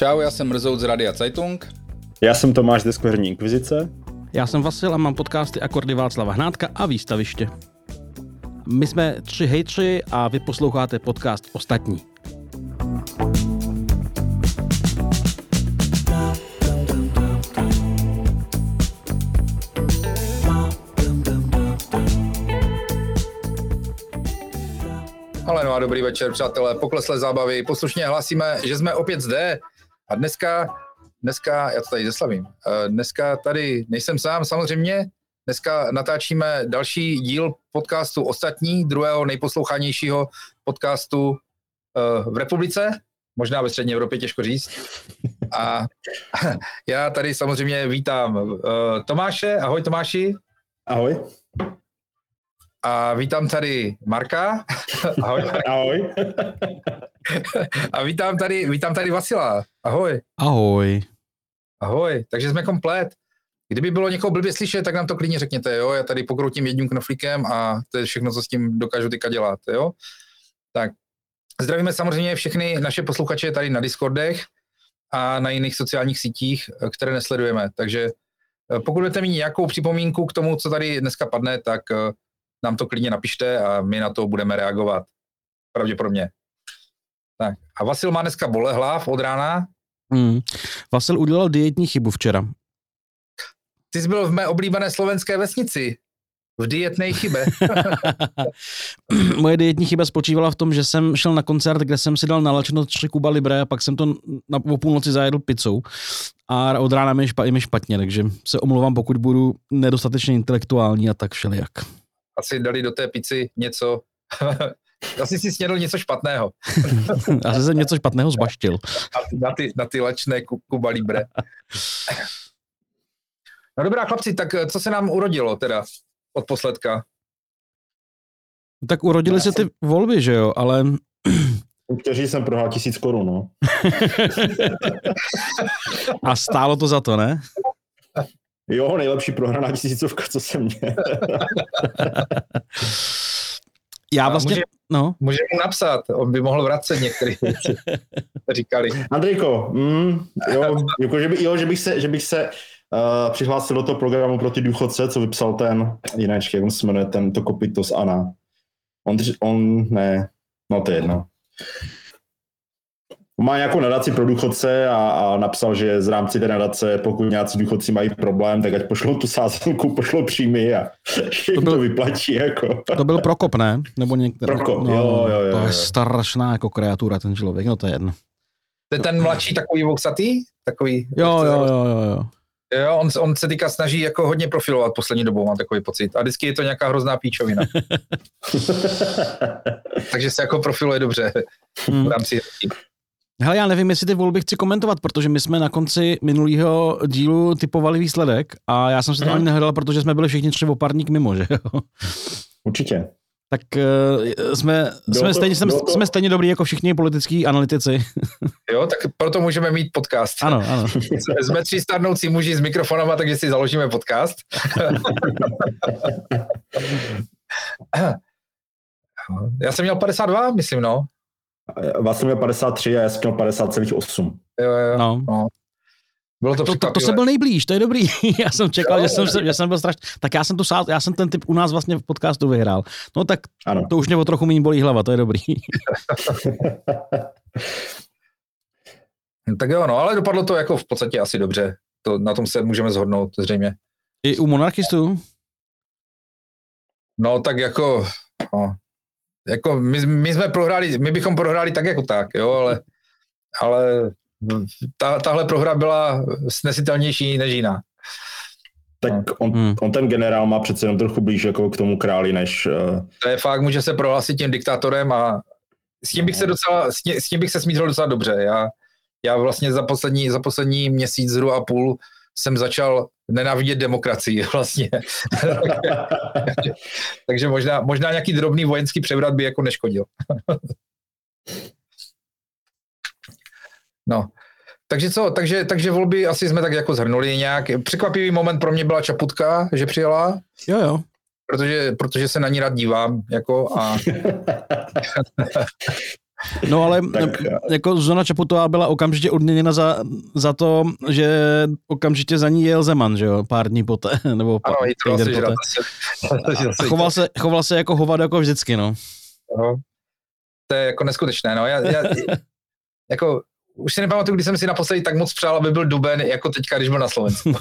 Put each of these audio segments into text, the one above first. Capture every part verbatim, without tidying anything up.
Čau, já jsem Mrzout z Radia Zeitung. Já jsem Tomáš z Deskoherní inkvizice. Já jsem Vasil a mám podcasty Akordy Václava Hnátka a Výstaviště. My jsme tři hejtři a vy posloucháte podcast Ostatní. Ale no a dobrý večer, přátelé, pokleslé zábavy. Poslušně hlásíme, že jsme opět zde a dneska, dneska, já to tady zaslavím, dneska tady nejsem sám samozřejmě, dneska natáčíme další díl podcastu Ostatní, druhého nejposlouchanějšího podcastu v republice, možná ve střední Evropě, těžko říct. A já tady samozřejmě vítám Tomáše, ahoj Tomáši. Ahoj. A vítám tady Marka. Ahoj. Ahoj. A vítám tady, vítám tady Vasila. Ahoj. Ahoj. Ahoj, takže jsme komplet. Kdyby bylo někoho blbě slyšet, tak nám to klidně řekněte, jo? Já tady pokroutím jedním knoflíkem a to je všechno, co s tím dokážu teďka dělat, jo? Tak, zdravíme samozřejmě všechny naše posluchače tady na Discordech a na jiných sociálních sítích, které nesledujeme. Takže pokud budete mít nějakou připomínku k tomu, co tady dneska padne, tak nám to klidně napište a my na to budeme reagovat. Pravděpodobně. Tak. A Vasil má dneska bolehlav od rána. Hmm. Vasil udělal dietní chybu včera. Ty jsi byl v mé oblíbené slovenské vesnici. V dietné chybe. Moje dietní chyba spočívala v tom, že jsem šel na koncert, kde jsem si dal nalačeno tři Cuba Libre a pak jsem to na, o půlnoci zajedl pizzou. A od rána mi je mi špatně, takže se omlouvám, pokud budu nedostatečně intelektuální a tak všelijak. Asi dali do té pici něco, asi si snědl něco špatného. Asi jsem něco špatného zbaštil. Na, na, ty, na ty lačné Cuba Libre. No dobrá, chlapci, tak co se nám urodilo teda od posledka? Tak urodily se ty volby, že jo, ale... Kteří jsem prohrál tisíc korun, no. A stálo to za to, ne? Jo, nejlepší prohraná tisícovka, co jsem měl. Já vlastně, může, no. Může mu napsat, on by mohl vracet některé věci, říkali. Andrejko, mm, jo, jako, že, by, jo, že bych se, že bych se uh, přihlásil do toho programu pro ty důchodce, co vypsal ten, jináčky, jak on se jmenuje, ten to kopito z Ana. On, on, ne, no to je jedno. Má nějakou nadaci pro důchodce a, a napsal, že z rámci té nadace, pokud nějací důchodci mají problém, tak ať pošlou tu sázku, pošlou příjmy a to, byl, to vyplatí. Jako. To byl Prokop, ne? Nebo některý. Prokop, no, jo, jo, jo. To jo. je strašná jako kreatura, ten člověk, no to je jedno. To je ten mladší takový voxatý? Takový, jo, jo, jo, jo, jo. Jo, on, on se teďka snaží jako hodně profilovat poslední dobou, mám takový pocit. A vždycky je to nějaká hrozná píčovina. Takže se jako profiluje dobře v rámci. Hele, já nevím, jestli ty volby chci komentovat, protože my jsme na konci minulého dílu typovali výsledek a já jsem se to ani nehledal, protože jsme byli všichni tři opárník mimo, že jo? Určitě. Tak uh, jsme, jsme, to, stejně, jsme, to. jsme stejně dobrý jako všichni politický analytici. Jo, tak proto můžeme mít podcast. Ano, ano. Jsme tři stárnoucí muži s mikrofonama, takže si založíme podcast. Já jsem měl padesát dva, myslím, no. Vás jsem měl padesát tři a já jsem měl padesát celá osm. Jo, jo, no. no. Bylo to, to, to, to se byl nejblíž, to je dobrý. Já jsem čekal, jo, že, jsem, že jsem byl strašný. Tak já jsem, tu, já jsem ten typ u nás vlastně v podcastu vyhrál. No tak ano. To už mě o trochu méně bolí hlava, to je dobrý. Tak jo, no, ale dopadlo to jako v podstatě asi dobře. To, na tom se můžeme shodnout zřejmě. I u monarchistů? No tak jako... No. Jako my, my jsme prohráli, my bychom prohráli tak jako tak, jo, ale, ale ta, tahle prohra byla snesitelnější než jiná. Tak on, hmm. on ten generál má přece jenom trochu blíž jako k tomu králi, než... Uh... To je fakt, může se prohlásit tím diktátorem a s tím bych se docela, s tím, s tím bych se smířil docela dobře. Já, já vlastně za poslední, za poslední měsíc, zhruba a půl jsem začal nenávidět demokracii vlastně. Takže možná, možná nějaký drobný vojenský převrat by jako neškodil. No, takže co, takže, takže volby asi jsme tak jako zhrnuli nějak. Překvapivý moment pro mě byla Čaputka, že přijela. Jo, jo. Protože, protože se na ní rád dívám, jako a... No ale tak, jako Zuzana Čaputová byla okamžitě odměněna za, za to, že okamžitě za ní jel Zeman, že jo, pár dní poté, nebo pár ano, týden poté. žrat, A choval se, choval se jako hovat jako vždycky, no. no. To je jako neskutečné, no. Já, já, jako, už si nepamatuju, když jsem si naposledy tak moc přál, aby byl duben, jako teďka, když byl na Slovensku.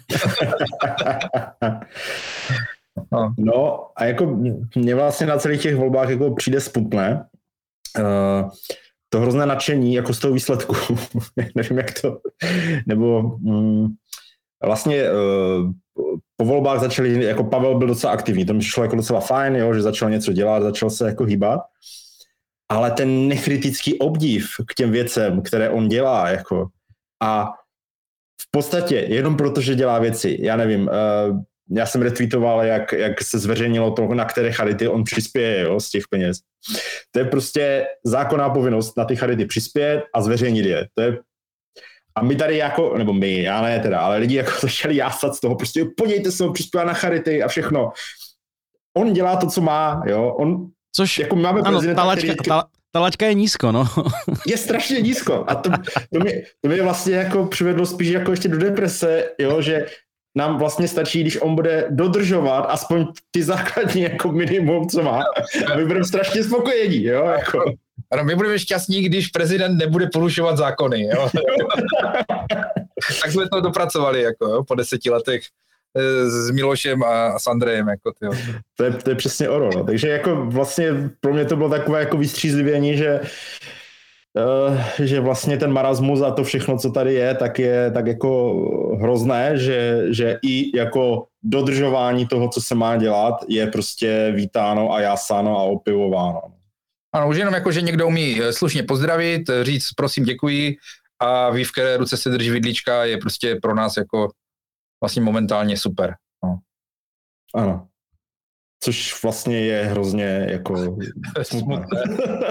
no. no a jako mě vlastně na celých těch volbách jako přijde smutné, uh, to hrozné nadšení jako z toho výsledku. Nevím, jak to, nebo mm, vlastně uh, po volbách začali, jako Pavel byl docela aktivní, to mi přišlo jako docela fajn, jo, že začal něco dělat, začal se jako hýbat, ale ten nekritický obdiv k těm věcem, které on dělá, jako a v podstatě jenom proto, že dělá věci, já nevím, uh, já jsem retweetoval, jak, jak se zveřejnilo to, na které charity on přispěje, jo, z těch peněz. To je prostě zákonná povinnost na ty charity přispět a zveřejnit je. To je a my tady jako, nebo my, já ne teda, ale lidi jako začali jásat z toho, prostě podívejte se, on přispívá na charity a všechno. On dělá to, co má, jo, on, což, jako máme ano, prezidenta, ta laťka, který, ta, ta laťka je nízko, no. Je strašně nízko a to, to, mě, to mě vlastně jako přivedlo spíš jako ještě do deprese, jo, že nám vlastně stačí, když on bude dodržovat aspoň ty základní jako minimum, co má. A my budeme strašně spokojení, jo, jako. Ano, my budeme šťastní, když prezident nebude porušovat zákony, jo. Tak jsme to dopracovali, jako, jo, po deseti letech s Milošem a, a s Andrejem, jako, tyjo. To je, to je přesně ono, no. Takže jako vlastně pro mě to bylo takové jako vystřízlivění, že Uh, že vlastně ten marasmus a to všechno, co tady je, tak je tak jako hrozné, že, že i jako dodržování toho, co se má dělat, je prostě vítáno a jásáno a opivováno. Ano, už jenom jako, že někdo umí slušně pozdravit, říct prosím děkuji a ví, v které ruce se drží vidlička, je prostě pro nás jako vlastně momentálně super. No. Ano. Což vlastně je hrozně jako smutné.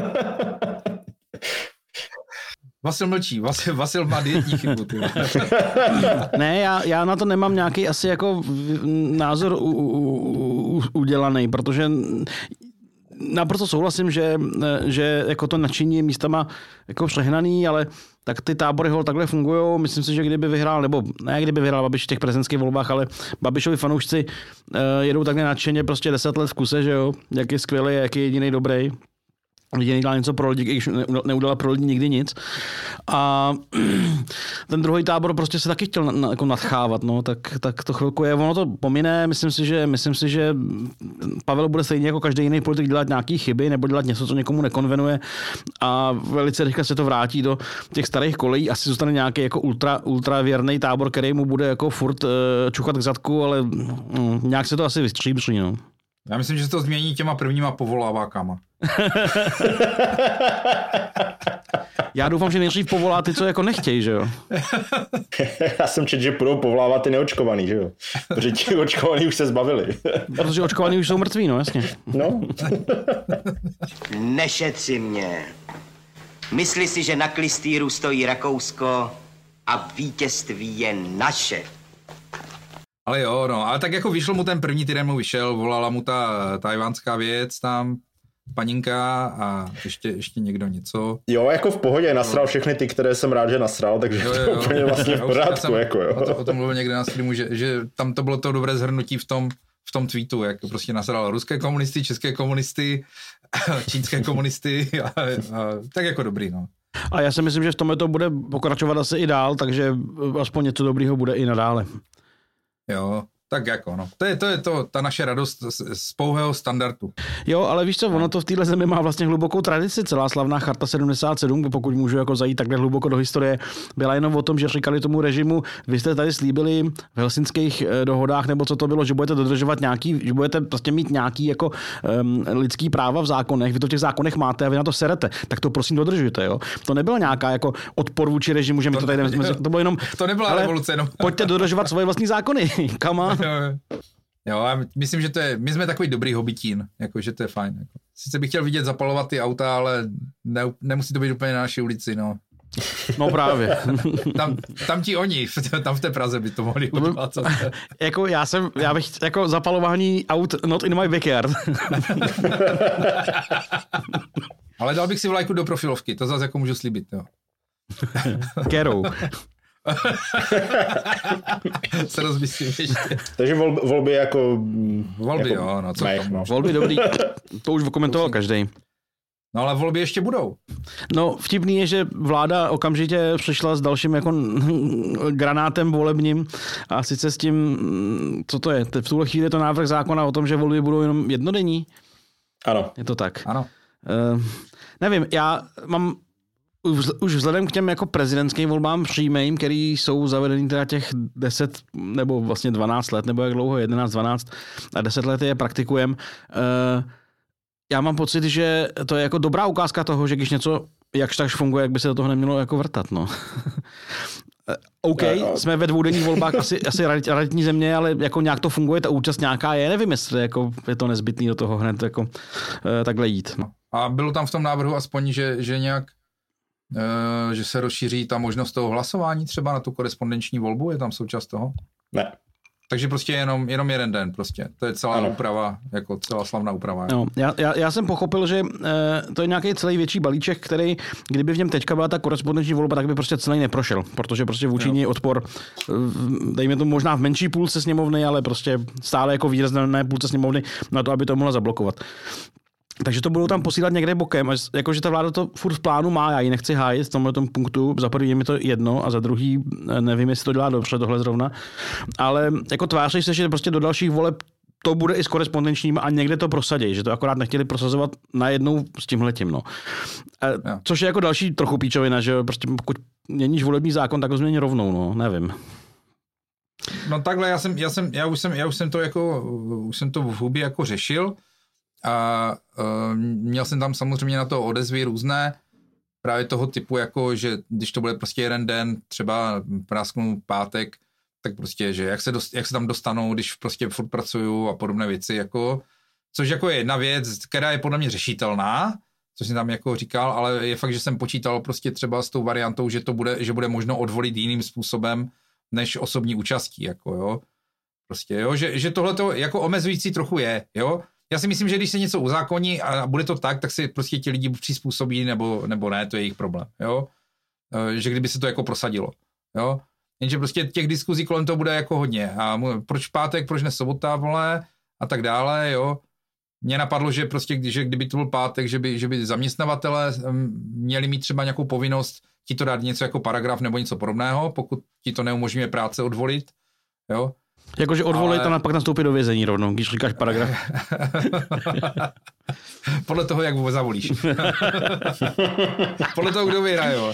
Vasil mlčí, Vasil, Vasil má dietní chybu. Ne, já, já na to nemám nějaký asi jako názor u, u, u, udělaný, protože naprosto souhlasím, že, že jako to nadšení je místama jako přehnaný, ale tak ty tábory hol takhle fungujou. Myslím si, že kdyby vyhrál, nebo ne kdyby vyhrál Babiš v těch prezidentských volbách, ale Babišovi fanoušci uh, jedou takhle nadšeně prostě deset let v kuse, že jo, jak je skvělý, jak je jediný dobrý. Jediný dělal něco pro lidi, když neudala pro lidi nikdy nic. A ten druhý tábor prostě se taky chtěl na, na, jako nadchávat, no, tak, tak to chvilku je, ono to pomine, myslím si, že, myslím si, že Pavel bude stejně jako každý jiný politik dělat nějaký chyby nebo dělat něco, co někomu nekonvenuje a velice rychle se to vrátí do těch starých kolejí, asi zůstane nějaký jako ultra, ultra věrný tábor, který mu bude jako furt uh, čuchat k zadku, ale um, nějak se to asi vystříbří, no. Já myslím, že se to změní těma prvníma povolávákama. Já doufám, že nejdřív povolá ty, co jako nechtějí, že jo? Já jsem četl, že budou povolávat ty neočkovaný, že jo? Protože ti očkovaný už se zbavili. Protože očkovaný už jsou mrtví, no jasně. No. Nešetři mě. Myslí si, že na klistýru stojí Rakousko a vítězství je naše. Ale jo, no, ale tak jako vyšel mu ten první týden, mu vyšel, volala mu ta tajvanská věc tam, paninka a ještě, ještě někdo něco. Jo, jako v pohodě, nasral všechny ty, které jsem rád, že nasral, takže jo, jo, to úplně vlastně v pořádku. Jsem, jako, jo. O, to, o tom mluvil někde na streamu, že, že tam to bylo to dobré shrnutí v tom, v tom tweetu, jak prostě nasral ruské komunisty, české komunisty, čínské komunisty a, a tak jako dobrý, no. A já si myslím, že v tomhle to bude pokračovat asi i dál, takže aspoň něco dobrýho bude i nadále. Jo, tak jako no. To je, to je to, ta naše radost z, z pouhého standardu. Jo, ale víš co, ono to v téhle zemi má vlastně hlubokou tradici, celá slavná charta sedmdesát sedm, pokud můžu jako zajít takhle hluboko do historie, byla jenom o tom, že říkali tomu režimu, vy jste tady slíbili v helsinských dohodách, nebo co to bylo, že budete dodržovat nějaký, že budete prostě mít nějaký jako um, lidský práva v zákonech, vy to v těch zákonech máte a vy na to serete, tak to prosím dodržujte, jo. To nebyla nějaká jako odpor vůči režimu, že my to, to tady jdeme, to bylo jenom, to nebyla revoluce, jenom. Pojďte dodržovat svoje vlastní zákony, come on. Jo, já myslím, že to je, my jsme takový dobrý hobitín, jako, že to je fajn. Jako. Sice bych chtěl vidět zapalovat ty auta, ale ne, nemusí to být úplně na naší ulici, no. No právě. Tam, tam ti oni, tam v té Praze by to mohli udělat. Jako já jsem, já bych, jako zapalování aut not in my backyard. Ale dal bych si vlajku do profilovky, to zase jako můžu slíbit, jo. Kerou. Se rozmyslím ještě. Takže volby, volby jako... Volby, jako jo, no co mech, tomu. no. Volby dobrý, to už komentoval každý. No ale volby ještě budou. No vtipný je, že vláda okamžitě přišla s dalším jako granátem volebním a sice s tím, co to je, v tuhle chvíli je to návrh zákona o tom, že volby budou jenom jednodenní. Ano. Je to tak. Ano. Uh, nevím, já mám už vzhledem k těm jako prezidentským volbám přímým, který jsou zavedený teda těch deset nebo vlastně dvanáct let, nebo jak dlouho, jedenáct, dvanáct a deset let je praktikujeme. Uh, já mám pocit, že to je jako dobrá ukázka toho, že když něco jakž takž funguje, jak by se do toho nemělo jako vrtat, no. OK, jsme ve dvoudenních volbách asi, asi raditní země, ale jako nějak to funguje, ta účast nějaká je, nevím, jestli jako je to nezbytný do toho hned jako uh, takhle jít. No. A bylo tam v tom návrhu aspoň, že, že nějak uh, že se rozšíří ta možnost toho hlasování třeba na tu korespondenční volbu, je tam součást toho? Ne. Takže prostě jenom, jenom jeden den prostě. To je celá ano. úprava, jako celá slavná úprava. No, já, já, já jsem pochopil, že e, to je nějaký celý větší balíček, který, kdyby v něm teďka byla ta korespondenční volba, tak by prostě celý neprošel, protože prostě vůči ní odpor, dejme tomu možná v menší půlce sněmovny, ale prostě stále jako výrazné půlce sněmovny na to, aby to mohla zablokovat. Takže to budou tam posílat někde bokem, jakože ta vláda to furt v plánu má, já ji nechci hájit v tomhle tom punktu, za první je mi to jedno a za druhý nevím, jestli to dělá dobře tohle zrovna, ale jako tváří se, že prostě do dalších voleb to bude i s korespondenčním a někde to prosadí, že to akorát nechtěli prosazovat najednou s tímhletím, no. A, což je jako další trochu píčovina, že prostě pokud měníš volební zákon, tak ho změní rovnou, no, nevím. No takhle, já jsem, já jsem, já už jsem, já už jsem to jako, už jsem to v hubě jako řešil, a uh, měl jsem tam samozřejmě na to odezvy různé, právě toho typu, jako, že když to bude prostě jeden den, třeba prásknu pátek, tak prostě, že jak se, dost, jak se tam dostanou, když prostě furt pracuju a podobné věci, jako, což jako je jedna věc, která je podle mě řešitelná, což jsem tam jako říkal, ale je fakt, že jsem počítal prostě třeba s tou variantou, že to bude, že bude možno odvolit jiným způsobem, než osobní účastí, jako jo, prostě, jo, že, že tohleto jako omezující trochu je, jo. Já si myslím, že když se něco uzákoní a bude to tak, tak si prostě ti lidi přizpůsobí nebo, nebo ne, to je jejich problém, jo. Že kdyby se to jako prosadilo, jo. Jenže prostě těch diskuzí kolem toho bude jako hodně. A proč pátek, proč ne sobota, vole, a tak dále, jo. Mně napadlo, že prostě, že kdyby to byl pátek, že by, že by zaměstnavatele měli mít třeba nějakou povinnost ti to dát něco jako paragraf nebo něco podobného, pokud ti to neumožňuje práce odvolit, jo. Jakože odvolit ale... a pak nastoupit do vězení rovnou, když říkáš paragraf. Podle toho, jak vůbec zavolíš. Podle toho, kdo vyhraje, jo.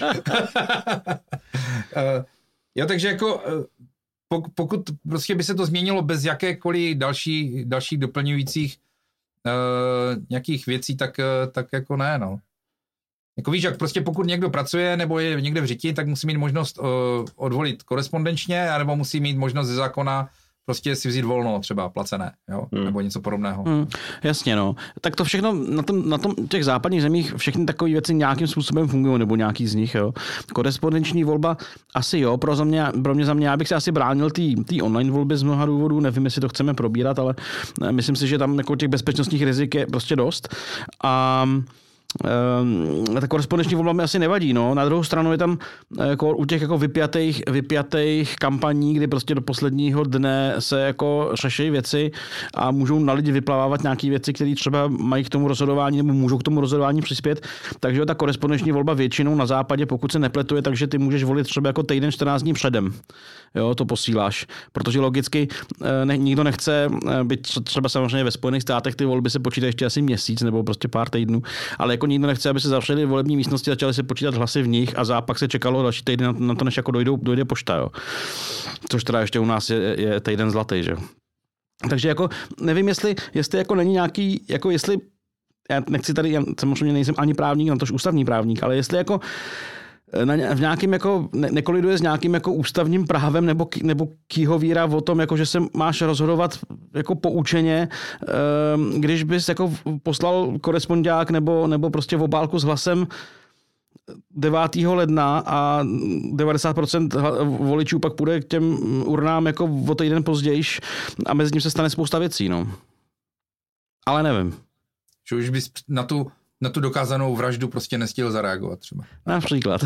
Jo, takže jako pokud prostě by se to změnilo bez jakékoliv další, dalších doplňujících uh, nějakých věcí, tak, tak jako ne, no. Jako víš, jak prostě pokud někdo pracuje nebo je někde v řiti, tak musí mít možnost uh, odvolit korespondenčně, anebo musí mít možnost ze zákona prostě si vzít volno, třeba placené, jo, hmm. nebo něco podobného. Hmm, jasně, no. Tak to všechno na tom, na tom těch západních zemích všechny takové věci nějakým způsobem fungují, nebo nějaký z nich, jo. Korespondenční volba asi jo, pro, za mě, pro mě za mě, já bych se asi bránil té online volby z mnoha důvodů, nevím, jestli to chceme probírat, ale myslím si, že tam jako těch bezpečnostních rizik je prostě dost. A Um, ta korespondenční volba mi asi nevadí, no. Na druhou stranu je tam jako u těch jako vypjatých, vypjatých kampaní, kdy prostě do posledního dne se jako řeší věci a můžou na lidi vyplavávat nějaké věci, které třeba mají k tomu rozhodování nebo můžou k tomu rozhodování přispět. Takže ta korespondenční volba většinou na západě, pokud se nepletuje, takže ty můžeš volit třeba jako týden čtrnáct dní předem. Jo, to posíláš. Protože logicky ne, nikdo nechce, byť třeba samozřejmě ve Spojených státech ty volby se počítají ještě asi měsíc nebo prostě pár týdnů, ale jako nikdo nechce, aby se zavřeli volební místnosti, začaly se počítat hlasy v nich a zápak se čekalo další týden na to, než jako dojdou, dojde pošta, jo. Což teda ještě u nás je, je týden zlatý, že jo. Takže jako nevím, jestli, jestli jako není nějaký, jako jestli, já nechci tady, já samozřejmě nejsem ani právník, na tož ústavní právník, ale jestli jako na, v nějakým jako, ne, nekoliduje s nějakým jako ústavním právem nebo, nebo kýhovíra o tom, jako, že se máš rozhodovat jako poučeně, když bys jako poslal korespondiák nebo, nebo prostě v obálku s hlasem devátého ledna a devadesát procent voličů pak půjde k těm urnám jako o týden pozdějiš a mezi ním se stane spousta věcí, no. Ale nevím. Že už bys na tu na tu dokázanou vraždu prostě nestihl zareagovat třeba. Například.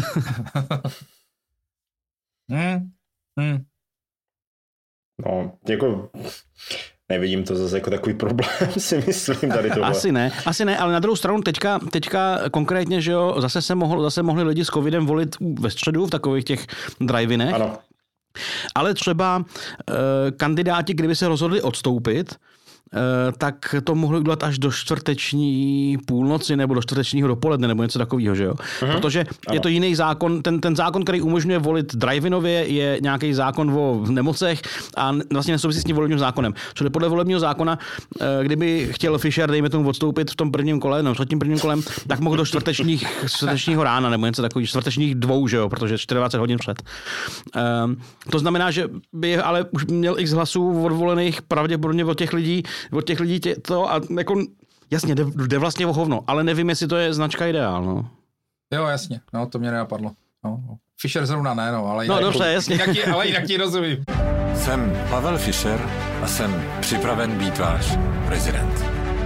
hmm. Hmm. No, jako nevidím to zase jako takový problém, si myslím tady tohle. Asi ne, asi ne, ale na druhou stranu teďka, teďka konkrétně, že jo, zase se mohl, zase mohli lidi s covidem volit ve středu v takových těch drive-inech. Ano. Ale třeba e, kandidáti, kdyby se rozhodli odstoupit, e, tak to mohli udělat až do čtvrteční půlnoci nebo do čtvrtečního dopoledne nebo něco takového, že jo? Uh-huh. Protože ano. Je to jiný zákon, ten, ten zákon, který umožňuje volit drive-inově, je nějaký zákon o nemocech a vlastně nesouvisí s tím volebním zákonem. Čili podle volebního zákona, e, kdyby chtěl Fischer, dejme tomu, odstoupit v tom prvním kole, no, před tím prvním kolem, tak mohl do čtvrtečních, čtvrtečního rána nebo něco takového, čtvrtečních dvou, že jo? Protože dvacet čtyři hodin před. E, to znamená, že by ale už měl x hlasů odvolených pravděpodobně od těch lidí, od těch lidí tě, to a jako, jasně, jde, jde vlastně o hovno, ale nevím, jestli to je značka Ideál, no. Jo, jasně, no, to mě nenapadlo. No, no. Fischer zrovna ne, no, ale jinak, no, dobře, jasně. Jinak ti, ale jinak ti rozumím. Jsem Pavel Fischer a jsem připraven být váš prezident.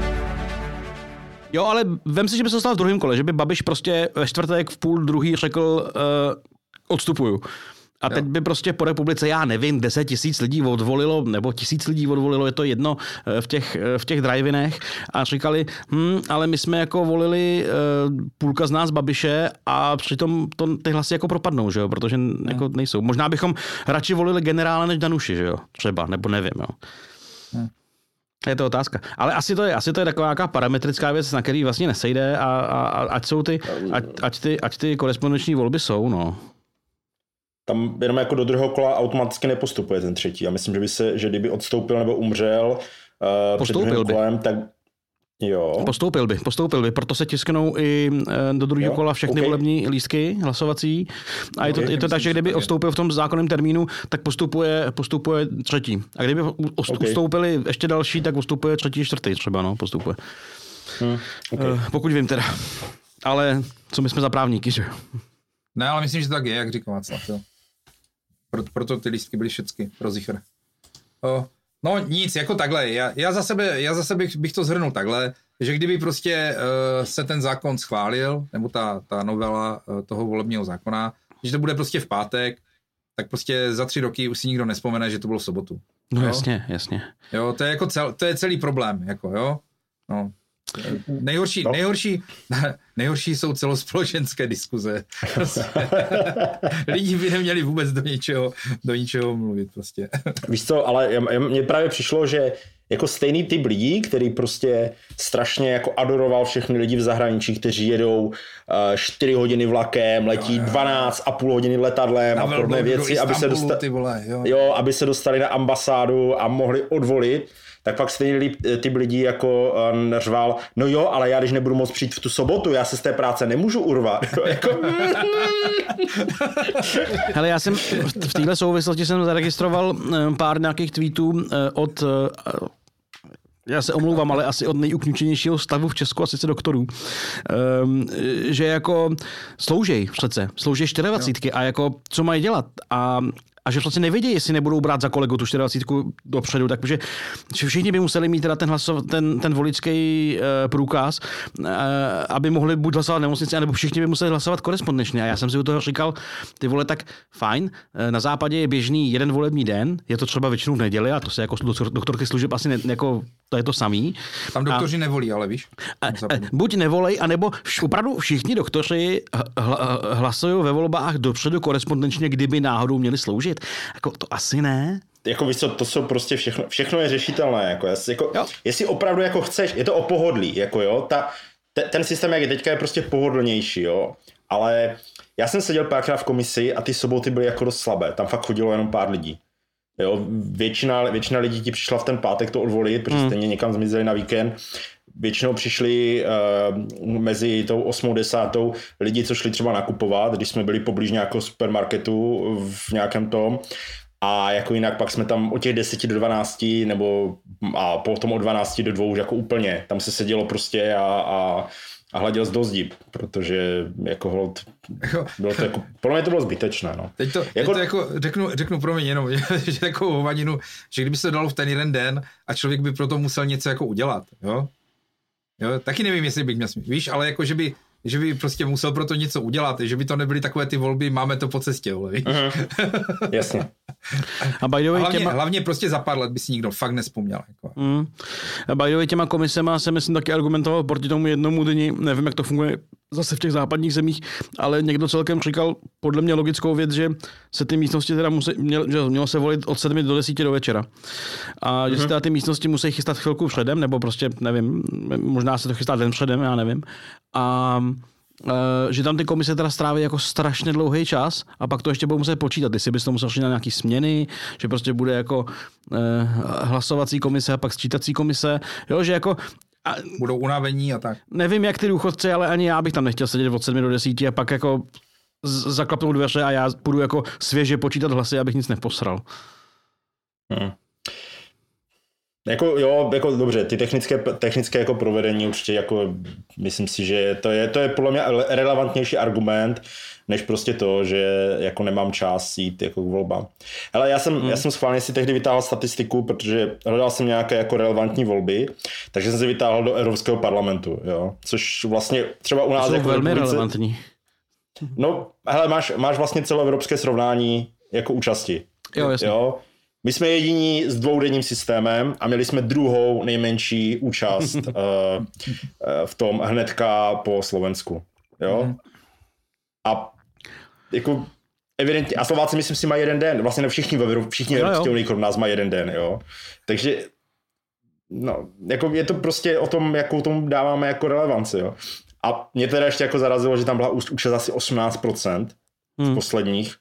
Jo, ale vem si, že by se stal v druhém kole, že by Babiš prostě ve čtvrtek v půl druhý řekl uh, odstupuju. A teď by prostě po republice, já nevím, deset tisíc lidí odvolilo, nebo tisíc lidí odvolilo, je to jedno, v těch, v těch drive-inech a říkali, hm, ale my jsme jako volili uh, půlka z nás Babiše a přitom to, ty hlasy jako propadnou, že jo, protože hmm. jako nejsou. Možná bychom radši volili generála než Danuši, že jo, třeba, nebo nevím, jo. Hmm. Je to otázka. Ale asi to je, asi to je taková nějaká parametrická věc, na který vlastně nesejde a, a, a ať jsou ty, ať, ať ty, ať ty korespondenční volby jsou, no. Tam jenom jako do druhého kola automaticky nepostupuje ten třetí. Já myslím, že by se, že kdyby odstoupil nebo umřel uh, před druhým kolem, tak jo. Postoupil by, postoupil by, proto se tisknou i do druhého kola všechny okay. volební lístky hlasovací. A je to, okay, je to tak, že kdyby odstoupil v tom zákonném termínu, tak postupuje, postupuje třetí. A kdyby odstoupili okay. ještě další, tak postupuje třetí, čtvrtý třeba, no, postupuje. Hmm, okay. uh, pokud vím teda. Ale co my jsme za právníky, že jo? Ne, ale myslím, že to tak je, jak říkal Václav, jo. Proto, proto ty lístky byly všechny pro zicher. O, no nic, jako takhle. Já, já za sebe, já za sebe bych, bych to zhrnul takhle, že kdyby prostě uh, se ten zákon schválil, nebo ta, ta novela uh, toho volebního zákona, že to bude prostě v pátek, tak prostě za tři roky už si nikdo nespomene, že to bylo v sobotu. No jo? jasně, jasně. Jo, to je jako cel, to je celý problém, jako jo. No. Nejhorší, no. nejhorší, nejhorší jsou celospolečenské diskuze. Lidi by neměli vůbec do ničeho, do ničeho mluvit prostě. Víš co, ale mně právě přišlo, že jako stejný typ lidí, který prostě strašně jako adoroval všechny lidi v zahraničí, kteří jedou čtyři hodiny vlakem, letí jo, jo. dvanáct a půl hodiny letadlem na a podobné věci, aby se, dosta- vole, jo. Jo, aby se dostali na ambasádu a mohli odvolit. Tak pak stejný typ lidí jako uh, řval, no jo, ale já když nebudu moct přijít v tu sobotu, já se z té práce nemůžu urvat. jako... Hele, já jsem v téhle souvislosti jsem zaregistroval pár nějakých tweetů od, já se omlouvám, ale asi od nejukňučenějšího stavu v Česku, a sice doktorů, že jako sloužej přece, sloužej čtyřdvacítky a jako co mají dělat a A že vlastně nevědí, jestli nebudou brát za kolegu tu čtyřdvacítku dopředu, takže všichni by museli mít teda ten, hlasov, ten, ten voličský uh, průkaz, uh, aby mohli buď hlasovat v nemocnici, nebo všichni by museli hlasovat korespondenčně. A já jsem si u toho říkal, ty vole, tak fajn, na západě je běžný jeden volební den, je to třeba většinou v neděli, a to se jako doktor, doktorky služeb asi ne, jako, to je to samý. Tam doktoři a, nevolí, ale víš? A, buď nevolej, anebo vš, opravdu všichni doktoři hla, hlasují ve volbách dopředu korespondenčně, kdyby náhodou měli sloužit. Jako to asi ne. Jako víš co, to jsou prostě všechno, všechno je řešitelné, jako, jako jestli opravdu jako chceš, je to o pohodlí, jako jo, ta, te, ten systém, jak je teďka, je prostě pohodlnější, jo, ale já jsem seděl párkrát v komisi a ty soboty byly jako dost slabé, tam fakt chodilo jenom pár lidí, jo, většina, většina lidí ti přišla v ten pátek to odvolit, protože hmm. stejně někam zmizeli na víkend, většinou přišli uh, mezi tou osmou, desátou lidi, co šli třeba nakupovat, když jsme byli poblíž nějakého supermarketu v nějakém tom. A jako jinak pak jsme tam od těch deseti do dvanácti nebo a potom od dvanácti do dvou už jako úplně. Tam se sedělo prostě a, a, a hleděl z dozdí, protože jako hold, bylo to jako, podle mě to bylo zbytečné. No. Teď to, jako, teď to jako řeknu, řeknu pro mě jenom, že takovou hovadinu, že kdyby se to dalo v ten jeden den a člověk by proto musel něco jako udělat, jo? Jo, taky nevím, jestli bych měl smích. Víš, ale jako, že by, že by prostě musel pro to něco udělat, že by to nebyly takové ty volby, máme to po cestě, vole, víš? Uh-huh. Jasně. A by the way, hlavně, těma... hlavně prostě za pár let by si nikdo fakt nespomněl. Jako. Mm. A by the way, těma komisema jsem myslím taky argumentoval proti tomu jednomu dni, nevím, jak to funguje zase v těch západních zemích, ale někdo celkem říkal podle mě logickou věc, že se ty místnosti teda musí, měl, že mělo se volit od sedmi do desíti do večera. A mm-hmm. že se teda ty místnosti musí chystat chvilku předem, nebo prostě, nevím, možná se to chystá den předem, já nevím. A Uh, že tam ty komise teda stráví jako strašně dlouhý čas a pak to ještě budou muset počítat, jestli bys to musel šli na nějaký směny, že prostě bude jako uh, hlasovací komise a pak sčítací komise, jo, že jako a, budou unavení a tak. Nevím, jak ty důchodci, ale ani já bych tam nechtěl sedět od sedmi do desíti a pak jako zaklapnou dveře a já budu jako svěže počítat hlasy, abych nic neposral. Hmm. Jako jo, jako dobře, ty technické, technické jako provedení určitě jako myslím si, že to je, to je podle mě relevantnější argument, než prostě to, že jako nemám čas jít jako k volbám. Hele, já jsem, hmm. já jsem schválně si tehdy vytáhl statistiku, protože hledal jsem nějaké jako relevantní volby, takže jsem si vytáhl do Evropského parlamentu, jo, což vlastně třeba u nás jsou jako velmi republice, relevantní. No, hele, máš, máš vlastně celoevropské srovnání jako účasti. Jo, jasně. Jo? My jsme jediní s dvoudenním systémem a měli jsme druhou nejmenší účast uh, uh, v tom hnedka po Slovensku. Jo? Mm. A jako evidentně, a Slováci myslím si mají jeden den, vlastně ne všichni ve všichni Evropské unii krom nás mají jeden den, jo. Takže no, jako je to prostě o tom, jakou tomu dáváme jako relevanci, jo. A mě teda ještě jako zarazilo, že tam byla účast asi osmnáct procent z mm. posledních.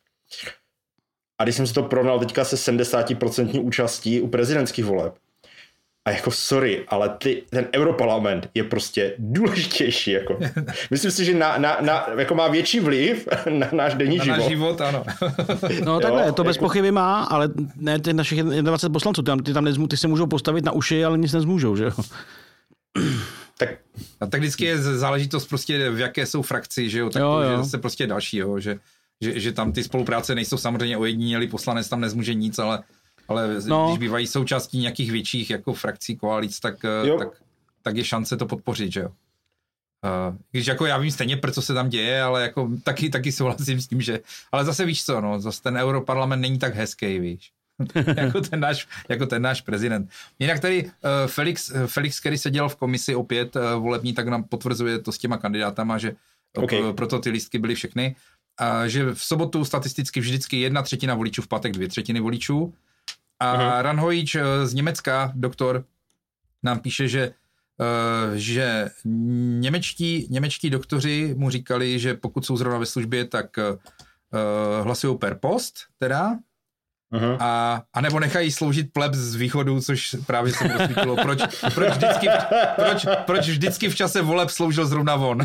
A když jsem si to porovnal teďka se sedmdesát procent účastí u prezidentských voleb, a jako sorry, ale ty, ten Europarlament je prostě důležitější. Jako. Myslím si, že na, na, na, jako má větší vliv na náš denní na život. Náš život, ano. No takhle, jo, to bez jako... pochyby má, ale ne ty našich dvacet poslanců, ty, tam, ty, tam nezmů, ty se můžou postavit na uši, ale nic nezmůžou, že jo? Tak... A tak vždycky je záležitost prostě, v jaké jsou frakci, že jo? Tak jo, to jo. je zase prostě další, jo? Že, že, že tam ty spolupráce nejsou samozřejmě ojedinělý, poslanec tam nezmůže nic, ale Ale no. když bývají součástí nějakých větších jako frakcí, koalic, tak, tak, tak je šance to podpořit, že jo. Uh, když jako já vím stejně, co se tam děje, ale jako taky, taky souhlasím s tím, že... Ale zase víš co, no, zase ten Europarlament není tak hezký, víš. jako, ten náš, jako ten náš prezident. Jinak tady uh, Felix, Felix, který seděl v komisi opět uh, volební, tak nám potvrzuje to s těma kandidátama, že okay. uh, proto ty lístky byly všechny. A že v sobotu statisticky vždycky jedna třetina voličů, v pátek dvě třetiny voličů. A uh-huh. Ranhojič z Německa, doktor, nám píše, že, uh, že němečtí, němečtí doktoři mu říkali, že pokud jsou zrovna ve službě, tak uh, hlasují per post, teda, uh-huh. a, a nebo nechají sloužit plebs z východu, což právě se mi rozsvítilo, proč, proč, vždycky, proč, proč vždycky v čase voleb sloužil zrovna on.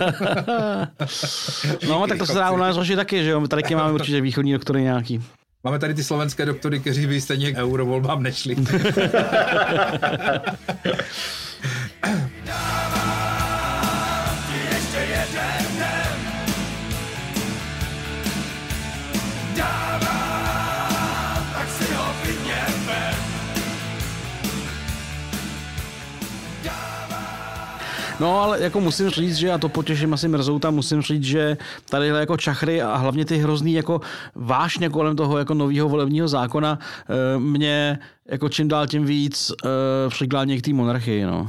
No, tak to se dá u nás řešit taky, že jo, tady máme určitě východní doktory nějaký. Máme tady ty slovenské doktory, kteří by stejně k eurovolbám nešli. No, ale jako musím říct, že já to potěším asi Mrzouta, musím říct, že tadyhle jako čachry a hlavně ty hrozný jako vášně kolem toho jako nového volebního zákona mě jako čím dál tím víc přiklání k té monarchii, no.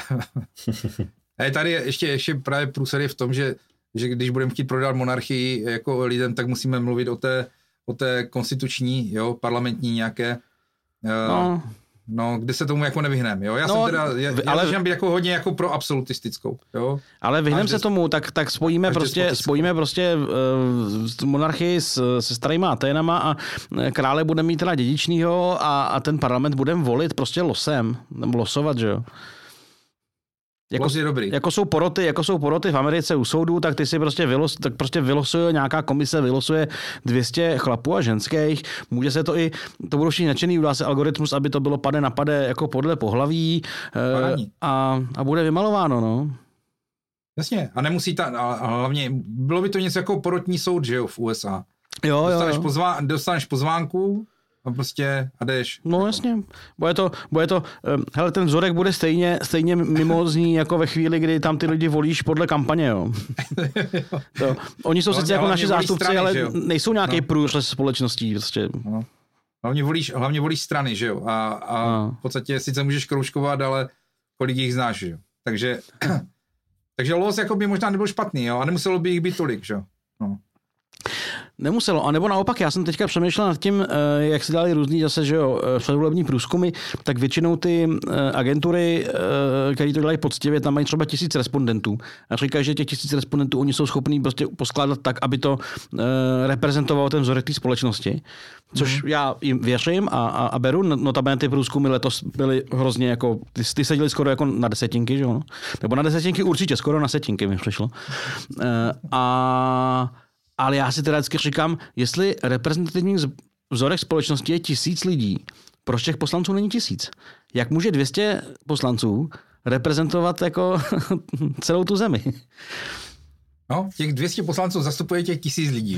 A tady ještě, ještě právě průsad je v tom, že, že když budeme chtít prodat monarchii jako lidem, tak musíme mluvit o té, o té konstituční, jo, parlamentní nějaké... No. No, kde se tomu jako nevyhneme, jo? Já no, jsem teda, já, ale, já začínám být jako hodně jako pro absolutistickou, jo? Ale vyhneme se tomu, tak, tak spojíme prostě, spojíme prostě uh, monarchii s, se starýma Aténama a krále bude mít teda dědičnýho a, a ten parlament budeme volit prostě losem, nebo losovat, že jo? Jako, dobrý. jako jsou poroty, jako jsou poroty v Americe u soudů, tak ty si prostě vylos, tak prostě vylosuje nějaká komise, vylosuje dvě stě chlapů a ženských. Může se to i, to budou všichni nadšený, udá se algoritmus, aby to bylo pade na pade jako podle pohlaví e, a, a bude vymalováno, no. Jasně, a nemusí ta, a hlavně, bylo by to něco jako porotní soud, že jo, v U S A. Jo, dostaneš, jo, jo. Pozvá, dostaneš pozvánku a prostě a jdeš. No jasně, bude to, bude to, hele, ten vzorek bude stejně, stejně mimózní jako ve chvíli, kdy tam ty lidi volíš podle kampaně, jo. To, oni jsou sice jako naši zástupci, strany, ale nejsou nějaký no. průřez společností, prostě. No. Hlavně volíš, hlavně volíš strany, že jo, a, a no. v podstatě sice můžeš kroužkovat, ale kolik jich znáš, že jo. Takže, takže los jako by možná nebyl špatný, jo, a nemuselo by jich být tolik, že jo. No. Nemuselo, anebo naopak, já jsem teďka přemýšlel nad tím, jak se dali různý zase, že jo, předvolební průzkumy, tak většinou ty agentury, které to dělají poctivě, tam mají třeba tisíc respondentů. A říkají, že těch tisíc respondentů oni jsou schopní prostě poskládat tak, aby to reprezentovalo ten vzorek té společnosti. Což mm. já jim věřím a, a, a beru. Notabene ty průzkumy letos byly hrozně jako, ty, ty seděli skoro jako na desetinky, že jo? Nebo na desetinky určitě, skoro na setinky mi přišlo. A ale já si teda vždycky říkám, jestli reprezentativní vzorek společnosti je tisíc lidí, proč těch poslanců není tisíc? Jak může dvě stě poslanců reprezentovat jako celou tu zemi? No, těch dvě stě poslanců zastupuje těch tisíc lidí.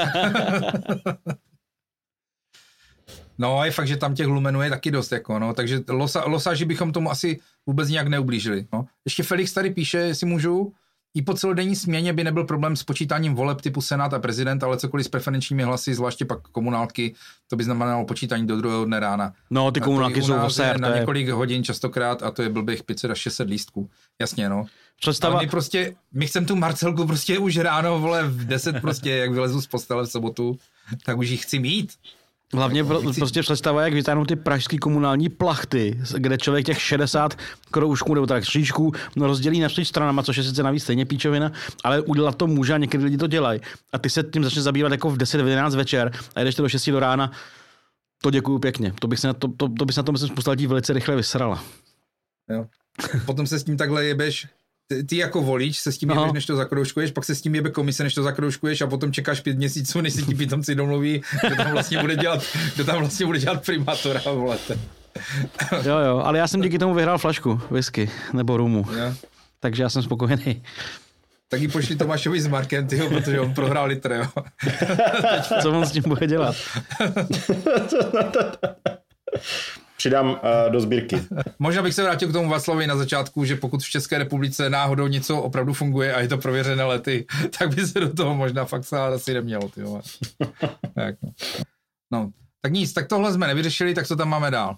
No a je fakt, že tam těch lumenů je taky dost, jako, no, takže losa, losaži bychom tomu asi vůbec nějak neublížili. No. Ještě Felix tady píše, jestli můžu, i po celodenní směně by nebyl problém s počítáním voleb typu Senát a prezident, ale cokoliv s preferenčními hlasy, zvláště pak komunálky, to by znamenalo počítání do druhého dne rána. No, ty komunálky jsou osér, na několik hodin častokrát a to je blbých pět set až šest set lístků. Jasně, no. Představa... Ale my prostě, my chcem tu Marcelku prostě už ráno, vole, v deset prostě, jak vylezu z postele v sobotu, tak už ji chci mít. Hlavně pro, prostě představa, jak vytáhnou ty pražský komunální plachty, kde člověk těch šedesát kroužků nebo tak křížků no, rozdělí na tři stranama, což je sice navíc stejně píčovina, ale udělat to může a někdy lidi to dělají. A ty se tím začne zabývat jako v deset jedenáct večer a jdeš to do šesti do rána. To děkuju pěkně. To bych se na to, to, to, by se na to myslím spousta lidí velice rychle vysrala. Jo. Potom se s tím takhle jebeš. Ty, ty jako volič se s tím jebeš, než to zakroužkuješ, pak se s tím jebe komise, než to zakroužkuješ a potom čekáš pět měsíců, než se ti pitomci domluví, kdo tam vlastně bude dělat, kdo tam vlastně bude dělat primátora, volete. Jo, jo, ale já jsem díky tomu vyhrál flašku whisky nebo rumu, jo. Takže já jsem spokojený. Tak ji pošli Tomášovi s Markem, tyjo, protože on prohrál litr, jo. Co on s tím bude dělat? Přidám uh, do sbírky. Možná bych se vrátil k tomu Václavovi na začátku, že pokud v České republice náhodou něco opravdu funguje a je to prověřené lety, tak by se do toho možná fakt se asi nemělo. Tyjo. Tak, no. no, tak nic, tak tohle jsme nevyřešili, tak co tam máme dál?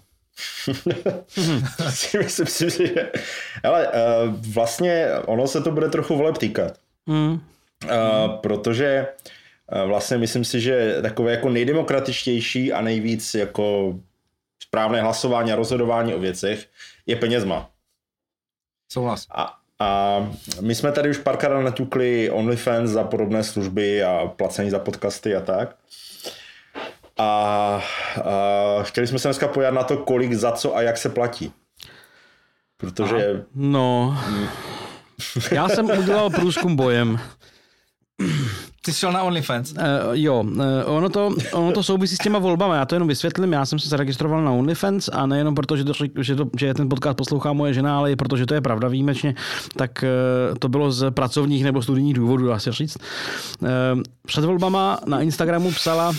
Myslím si, že ale uh, vlastně ono se to bude trochu voleb týkat. Mm. Uh, protože uh, vlastně myslím si, že takové jako nejdemokratičtější a nejvíc jako správné hlasování a rozhodování o věcech je penězma. Souhlas. A, a my jsme tady už párkrát natukli OnlyFans za podobné služby a placení za podcasty a tak. A, a chtěli jsme se dneska pojat na to, kolik, za co a jak se platí. Protože... A, no... Já jsem udělal průzkum bojem. Ty jsi šel na OnlyFans? Uh, jo, uh, ono, to, ono to souvisí s těma volbami, já to jenom vysvětlím, já jsem se zaregistroval na OnlyFans a nejenom proto, že, to, že, to, že ten podcast poslouchá moje žena, ale i protože to je pravda výjimečně, tak uh, to bylo z pracovních nebo studijních důvodů, dá se říct. Uh, před volbama na Instagramu psala...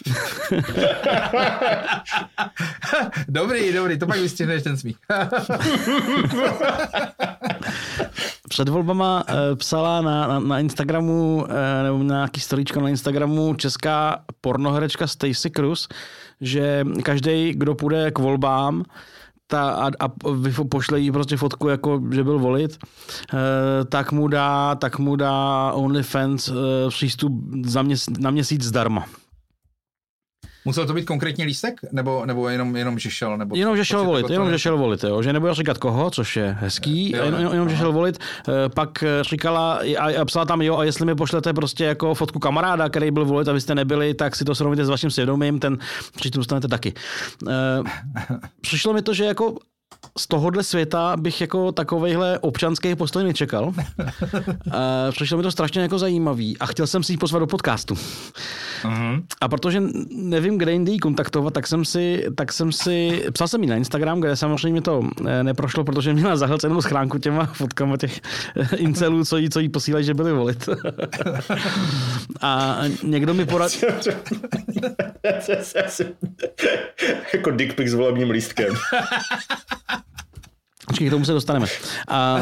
Dobrý, dobrý, to pak vystihneš ten smích. Před volbama uh, psala na, na, na Instagramu, uh, nebo na nějaký storíčko na Instagramu česká pornoherečka Stacey Cruz, že každý, kdo půjde k volbám ta, a, a pošle jí prostě fotku, jako že byl volit, uh, tak mu dá, tak mu dá OnlyFans uh, přístup za měs, na měsíc zdarma. Musel to být konkrétně lístek? Nebo, nebo jenom, jenom, že šel? Nebo jenom, že šel volit, jenom, že šel volit, jo. Že nebudu říkat koho, což je hezký, jo, jenom, jenom, že šel volit. Pak říkala a, a psala tam, jo, a jestli mi pošlete prostě jako fotku kamaráda, který byl volit a vy jste nebyli, tak si to srovnejte s vaším svědomím, ten přístup dostanete taky. Přišlo mi to, že jako z tohohle světa bych jako takovejhle občanský postoj nečekal. Přišlo mi to strašně jako zajímavý a chtěl jsem si ji pozvat do podcastu. Mm-hmm. A protože nevím, kde jindy jí kontaktovat, tak jsem si, tak jsem si, psal jsem jí na Instagram, kde samozřejmě to neprošlo, protože měla zahlcenou schránku těma fotkama těch incelů, co jí, co jí posílají, že byli volit. A někdo mi poradil... Jako dick pic s volebním lístkem. Počkej, k tomu se dostaneme. A...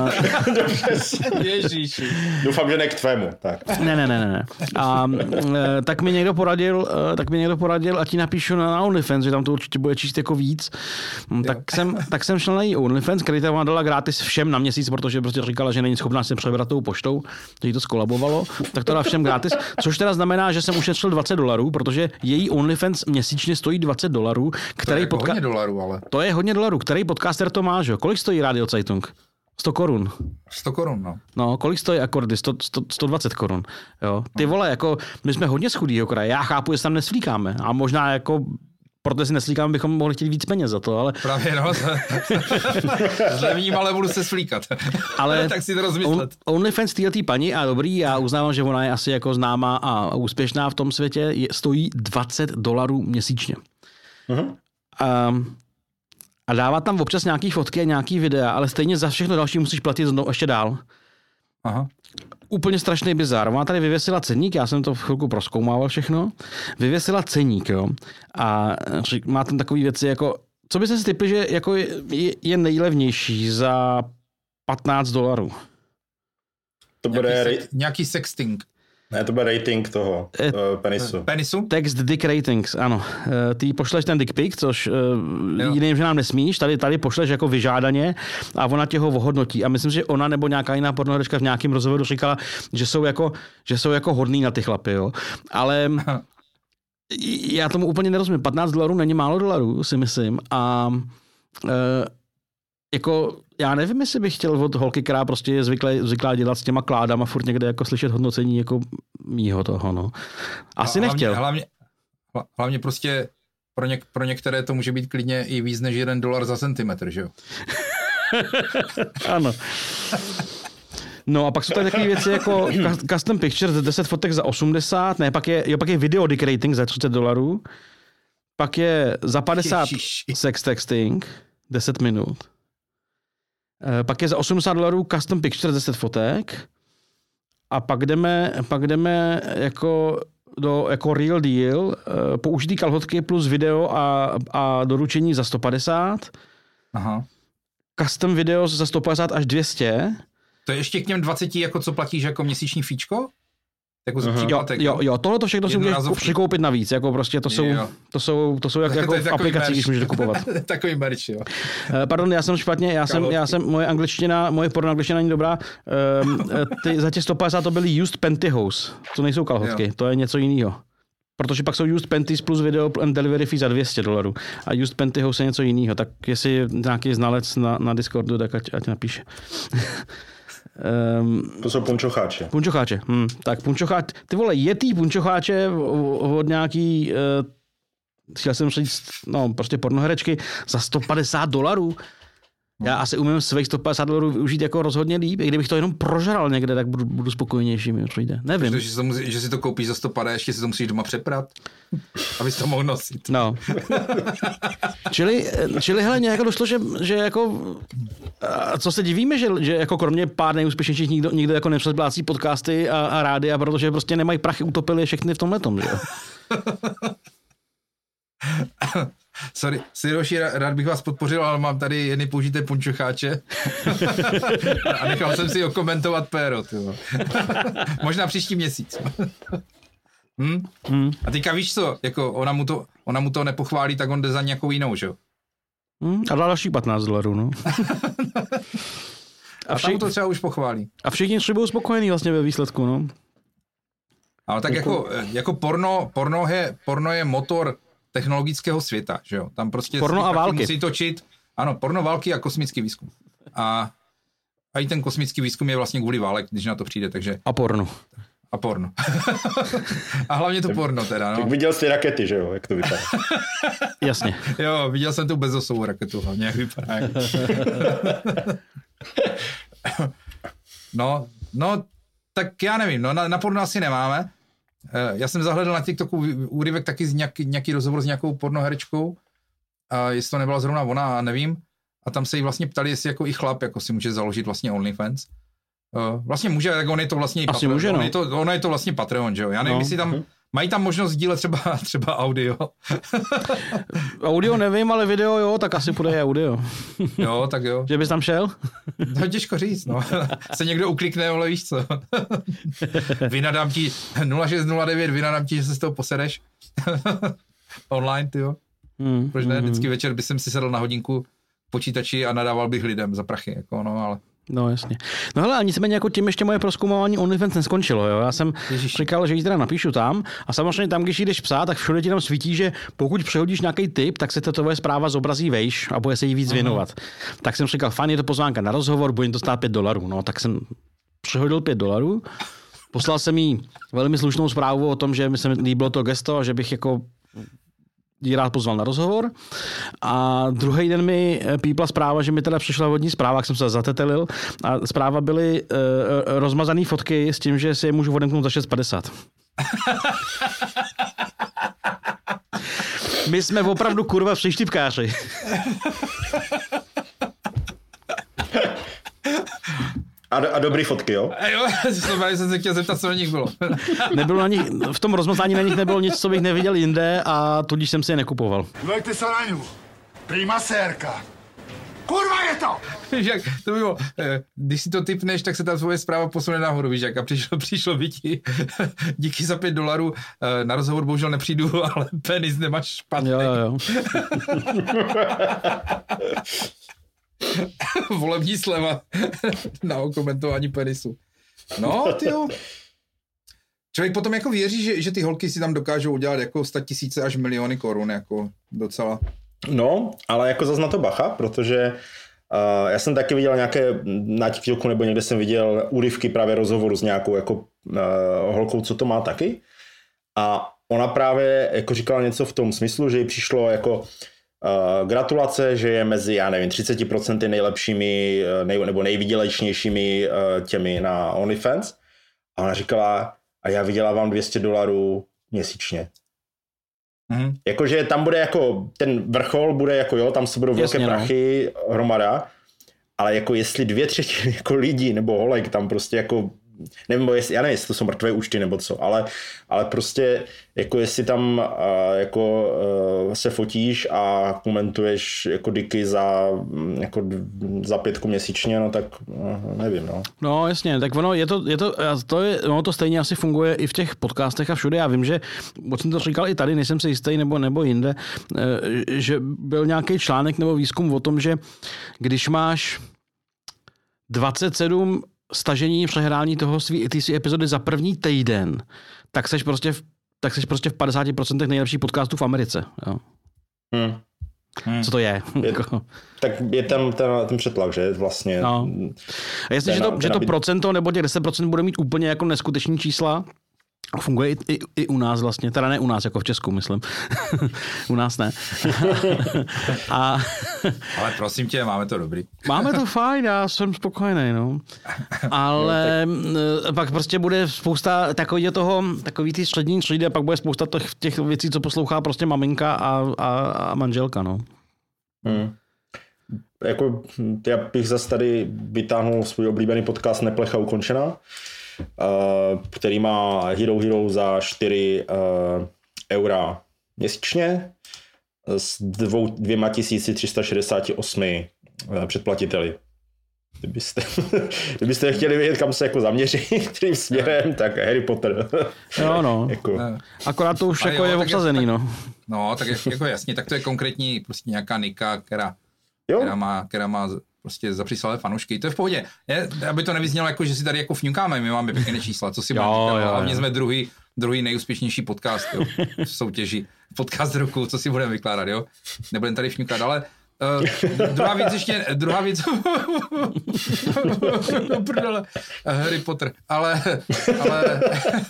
Ježíši. Doufám, že ne k tvému. Tak. Ne, ne, ne, ne. A e, tak mi někdo poradil, e, tak mi někdo poradil, a ti napíšu na, na OnlyFans, že tam to určitě bude číst jako víc. Tak jsem, tak jsem šel na její OnlyFans, který tam dala gratis všem na měsíc, protože prostě říkala, že není schopná se přebrat tou poštou, že jí to skolabovalo, tak to dala všem gratis, což teda znamená, že jsem ušetřil dvacet dolarů, protože její OnlyFans měsíčně stojí dvacet dolarů, který to je jako podka- hodně dolarů, ale. To je hodně dolarů, který podcaster to má, že jo? Kolik stojí Radio Zeitung? sto korun. sto korun, no. No, kolik stojí akordy? sto, sto, sto dvacet korun. Jo. Ty vole, jako, my jsme hodně z chudýho kraje. Já chápu, že se tam neslíkáme. A možná jako, protože si neslíkáme, bychom mohli chtět víc peněz za to, ale... Právě no, zlevním, ale budu se slíkat. Ale tak si to rozmyslet. On, OnlyFans týhletý paní a dobrý, já uznávám, že ona je asi jako známá a úspěšná v tom světě, je, stojí dvacet dolarů měsíčně. Uh-huh. Um, A dává tam občas nějaký fotky a nějaký videa, ale stejně za všechno další musíš platit znovu ještě dál. Aha. Úplně strašný bizár. Ona tady vyvěsila ceník, já jsem to v chvilku prozkoumával všechno. Vyvěsila ceník, jo. A má tam takové věci jako, co by se si typli, že jako je, je nejlevnější za patnáct dolarů. To bude nějaký, ra- se, nějaký sexting. Ne, to bude rating toho E, uh, penisu. Penisu? Text dick ratings, ano. Ty pošleš ten dick pic, což uh, jiným ženám nesmíš, tady, tady pošleš jako vyžádaně a ona tě ho ohodnotí. A myslím, že ona nebo nějaká jiná pornoherečka v nějakém rozhovoru říkala, že jsou jako, že jsou jako hodný na ty chlapy, jo. Ale já tomu úplně nerozumím. patnáct dolarů není málo dolarů, si myslím. A uh, jako já nevím, jestli bych chtěl od holky, která prostě je zvyklá, zvyklá dělat s těma kládama, furt někde jako slyšet hodnocení jako mýho toho, no. Asi hlavně, nechtěl. Hlavně, hlavně prostě pro, něk, pro některé to může být klidně i víc než jeden dolar za centimetr, že jo? Ano. No a pak jsou tady takové věci jako custom pictures, deset fotek za osmdesát, ne, pak je, jo, pak je video dick rating za třicet dolarů, pak je za padesát Ježiši. sex texting, deset minut. Pak je za osmdesát dolarů custom picture deset fotek a pak jdeme, pak jdeme jako do jako real deal, použitý kalhotky plus video a, a doručení za sto padesát. Aha. Custom video za sto padesát až dvě stě. To je ještě k těm dvaceti, jako co platíš jako měsíční fíčko? Jako Uh-huh. Jo, jo, jo, tohle to všechno si můžeš přikoupit navíc, jako prostě to jsou, to jsou, to jsou jak, jako v aplikacích, když můžeš kupovat. Takový merch, jo. Pardon, já jsem špatně, já jsem, já jsem, moje angličtina, moje porno angličtina není dobrá. Um, ty, za těch sto padesát to byly used pantyhose, to nejsou kalhotky, jo. To je něco jiného. Protože pak jsou used panties plus video and delivery fee za dvě stě dolarů. A used pantyhose je něco jiného, tak jestli nějaký znalec na, na Discordu, tak ať, ať napíše. Um, to jsou punčocháče. Punčocháče, hm, tak punčocháč, ty vole, jetý punčocháče od nějaký, uh, chtěl jsem říct, no prostě pornoherečky za sto padesát dolarů. Já asi umím svých sto padesát dolarů využít jako rozhodně líp. I kdybych to jenom prožral někde, tak budu, budu spokojenější, mi přijde. Nevím. Protože, že, to musí, že si to koupíš za sto padesát, ještě si to musíš doma přeprat, abys to mohl nosit. No. čili, čili hele, nějak došlo, že, že jako, co se divíme, že, že jako kromě pár nejúspěšnějších nikdo, nikdo jako nepředplácí podcasty a, a rádia, protože prostě nemají prachy, utopili všechny v tomhletom, že jo. Sorry, Siroši, rád bych vás podpořil, ale mám tady jedny použité punčocháče a nechal jsem si okomentovat péro. Možná příští měsíc. hm? Hmm. A teďka víš co, jako ona mu, to, ona mu to nepochválí, tak on jde za nějakou jinou, že jo? Hmm, a dá další patnáct dolarů, no. A, a všichni, tam mu to třeba už pochválí. A všichni tři budou spokojení vlastně ve výsledku, no. Ale tak jako, jako porno, porno, je, porno je motor technologického světa, že jo? Tam prostě porno a války. Musí točit, ano, porno, války a kosmický výzkum. A, a i ten kosmický výzkum je vlastně kvůli válek, když na to přijde, takže... A porno. A porno. A hlavně to porno teda, no. Tak viděl jsi rakety, že jo, jak to vypadá. Jasně. Jo, viděl jsem tu bezosovou raketu, hlavně jak vypadá. no, no, tak já nevím, no na, na porno asi nemáme. Já jsem zahledal na TikToku úryvek taky z nějaký, nějaký rozhovor s nějakou pornoherečkou, a jestli to nebyla zrovna ona, nevím. A tam se jí vlastně ptali, jestli jako i chlap jako si může založit vlastně OnlyFans. Uh, vlastně může, tak on je to vlastně i Asi Patreon. může, no. On je to, ono je to vlastně Patreon, že jo? Já nevím, No. jestli tam, mají tam možnost sdílet třeba, třeba audio. Audio nevím, ale video jo, tak asi půjde i audio. Jo, tak jo. Že bys tam šel? No těžko říct, no. Se někdo uklikne, ale víš co. Vynadám ti nula šest nula devět, vynadám ti, že se z toho posedeš. Online, ty jo. Hmm, Proč ne? hmm. Vždycky večer bych si sedl na hodinku k počítači a nadával bych lidem za prachy, jako no, ale... No jasně. No hele, a nicméně jako tím ještě moje prozkoumávání OnlyFans neskončilo, jo. Já jsem Ježiši. říkal, že ji teda napíšu tam a samozřejmě tam, když jdeš psát, tak všude ti tam svítí, že pokud přehodíš nějaký tip, tak se to tvoje zpráva zobrazí vejš a bude se jí víc věnovat. Tak jsem říkal, fajn, je to pozvánka na rozhovor, bude to stát pět dolarů. No, tak jsem přehodil pět dolarů. Poslal jsem jí velmi slušnou zprávu o tom, že mi se líbilo to gesto a že bych jako jí rád pozval na rozhovor. A druhý den mi pípla zpráva, že mi teda přišla vodní zpráva, jak jsem se zatetelil. A zpráva byly uh, rozmazané fotky s tím, že si je můžu odemknout za šest padesát. My jsme opravdu kurva příštipkáři. A, a dobrý fotky, jo? A jo, jsem se chtěl zeptat, co na nich bylo. Nebylo na nich, v tom rozmazání na nich nebylo nic, co bych neviděl jinde a tudíž jsem si je nekupoval. Dívejte se na ňu. Prima sérka. Kurva je to! Víš, jak to bylo, když si to tipneš, tak se ta tvoje zpráva posune nahoru, víš, jak a přišlo, přišlo bytí, díky za pět dolarů, na rozhovor bohužel nepřijdu, ale penis nemáš špatný. Jo, jo, jo. Volební sleva na okomentování penisu. No, tyjo. Člověk potom jako věří, že, že ty holky si tam dokážou udělat jako sta tisíce až miliony korun, jako docela. No, ale jako zas na to bacha, protože uh, já jsem taky viděl nějaké, na TikToku nebo někde jsem viděl úryvky právě rozhovoru s nějakou jako uh, holkou, co to má taky. A ona právě jako říkala něco v tom smyslu, že jí přišlo jako uh, gratulace, že je mezi, já nevím, třicet procent nejlepšími nej, nebo nejvydělečnějšími uh, těmi na OnlyFans. A ona říkala, a já vydělávám dvě stě dolarů měsíčně. Mm-hmm. Jakože tam bude jako, ten vrchol bude jako jo, tam se budou velké Jasně, prachy, no. Hromada, ale jako jestli dvě třetiny jako lidí nebo holek tam prostě jako, nevím, jestli, já nevím, jestli to jsou mrtvé účty nebo co, ale, ale prostě jako jestli tam uh, jako uh, se fotíš a komentuješ jako diky za, jako za pětku měsíčně, no tak uh, nevím, no. No jasně, tak ono je to, je to, to je, ono to stejně asi funguje i v těch podcastech a všude. Já vím, že, moc jsem to říkal i tady, nejsem si jistý nebo, nebo jinde, že byl nějaký článek nebo výzkum o tom, že když máš dvacet sedm stažení, přehrání toho svý, ty svý epizody za první týden, tak seš prostě v, tak seš prostě v padesáti procentech nejlepších podcastů v Americe. Jo. Hmm. Hmm. Co to je? je tak je tam ten, ten přetlak, že vlastně. No. A jestli, že to, že to procento nebo těch deset procent bude mít úplně jako neskuteční čísla, funguje i, i, i u nás vlastně, teda ne u nás, jako v Česku, myslím. U nás ne. A... Ale prosím tě, máme to dobrý. Máme to fajn, já jsem spokojený, no. Ale no, tak... pak prostě bude spousta takový toho, takový ty střední třídy a pak bude spousta těch, těch věcí, co poslouchá prostě maminka a, a, a manželka, no. Hmm. Jako, já bych zase tady vytáhnul svůj oblíbený podcast Neplecha ukončená, uh, který má Hero Hero za čtyři uh, eura měsíčně s dvou, dvěma tisíci tři sta šedesát osm uh, předplatiteli. Kdybyste, kdybyste chtěli vědět, kam se jako zaměřit, kterým směrem, tak Harry Potter. Jo, no. jako. Akorát to už a jako jo, je tak obsazený, tak, no. No, tak jako jasně, tak to je konkrétní prostě nějaká Nika, která, která má, která má prostě zapřísalé fanoušky. To je v pohodě. Je, aby to nevyznělo jako, že si tady jako fňukáme, my máme pěkné čísla, co si budeme říkat. Hlavně jsme druhý, druhý nejúspěšnější podcast, jo, v soutěži. Podcast roku, co si budeme vykládat, jo. Nebudeme tady fňukat, ale Uh, druhá věc ještě, druhá věc, prdele, Harry Potter, ale, ale,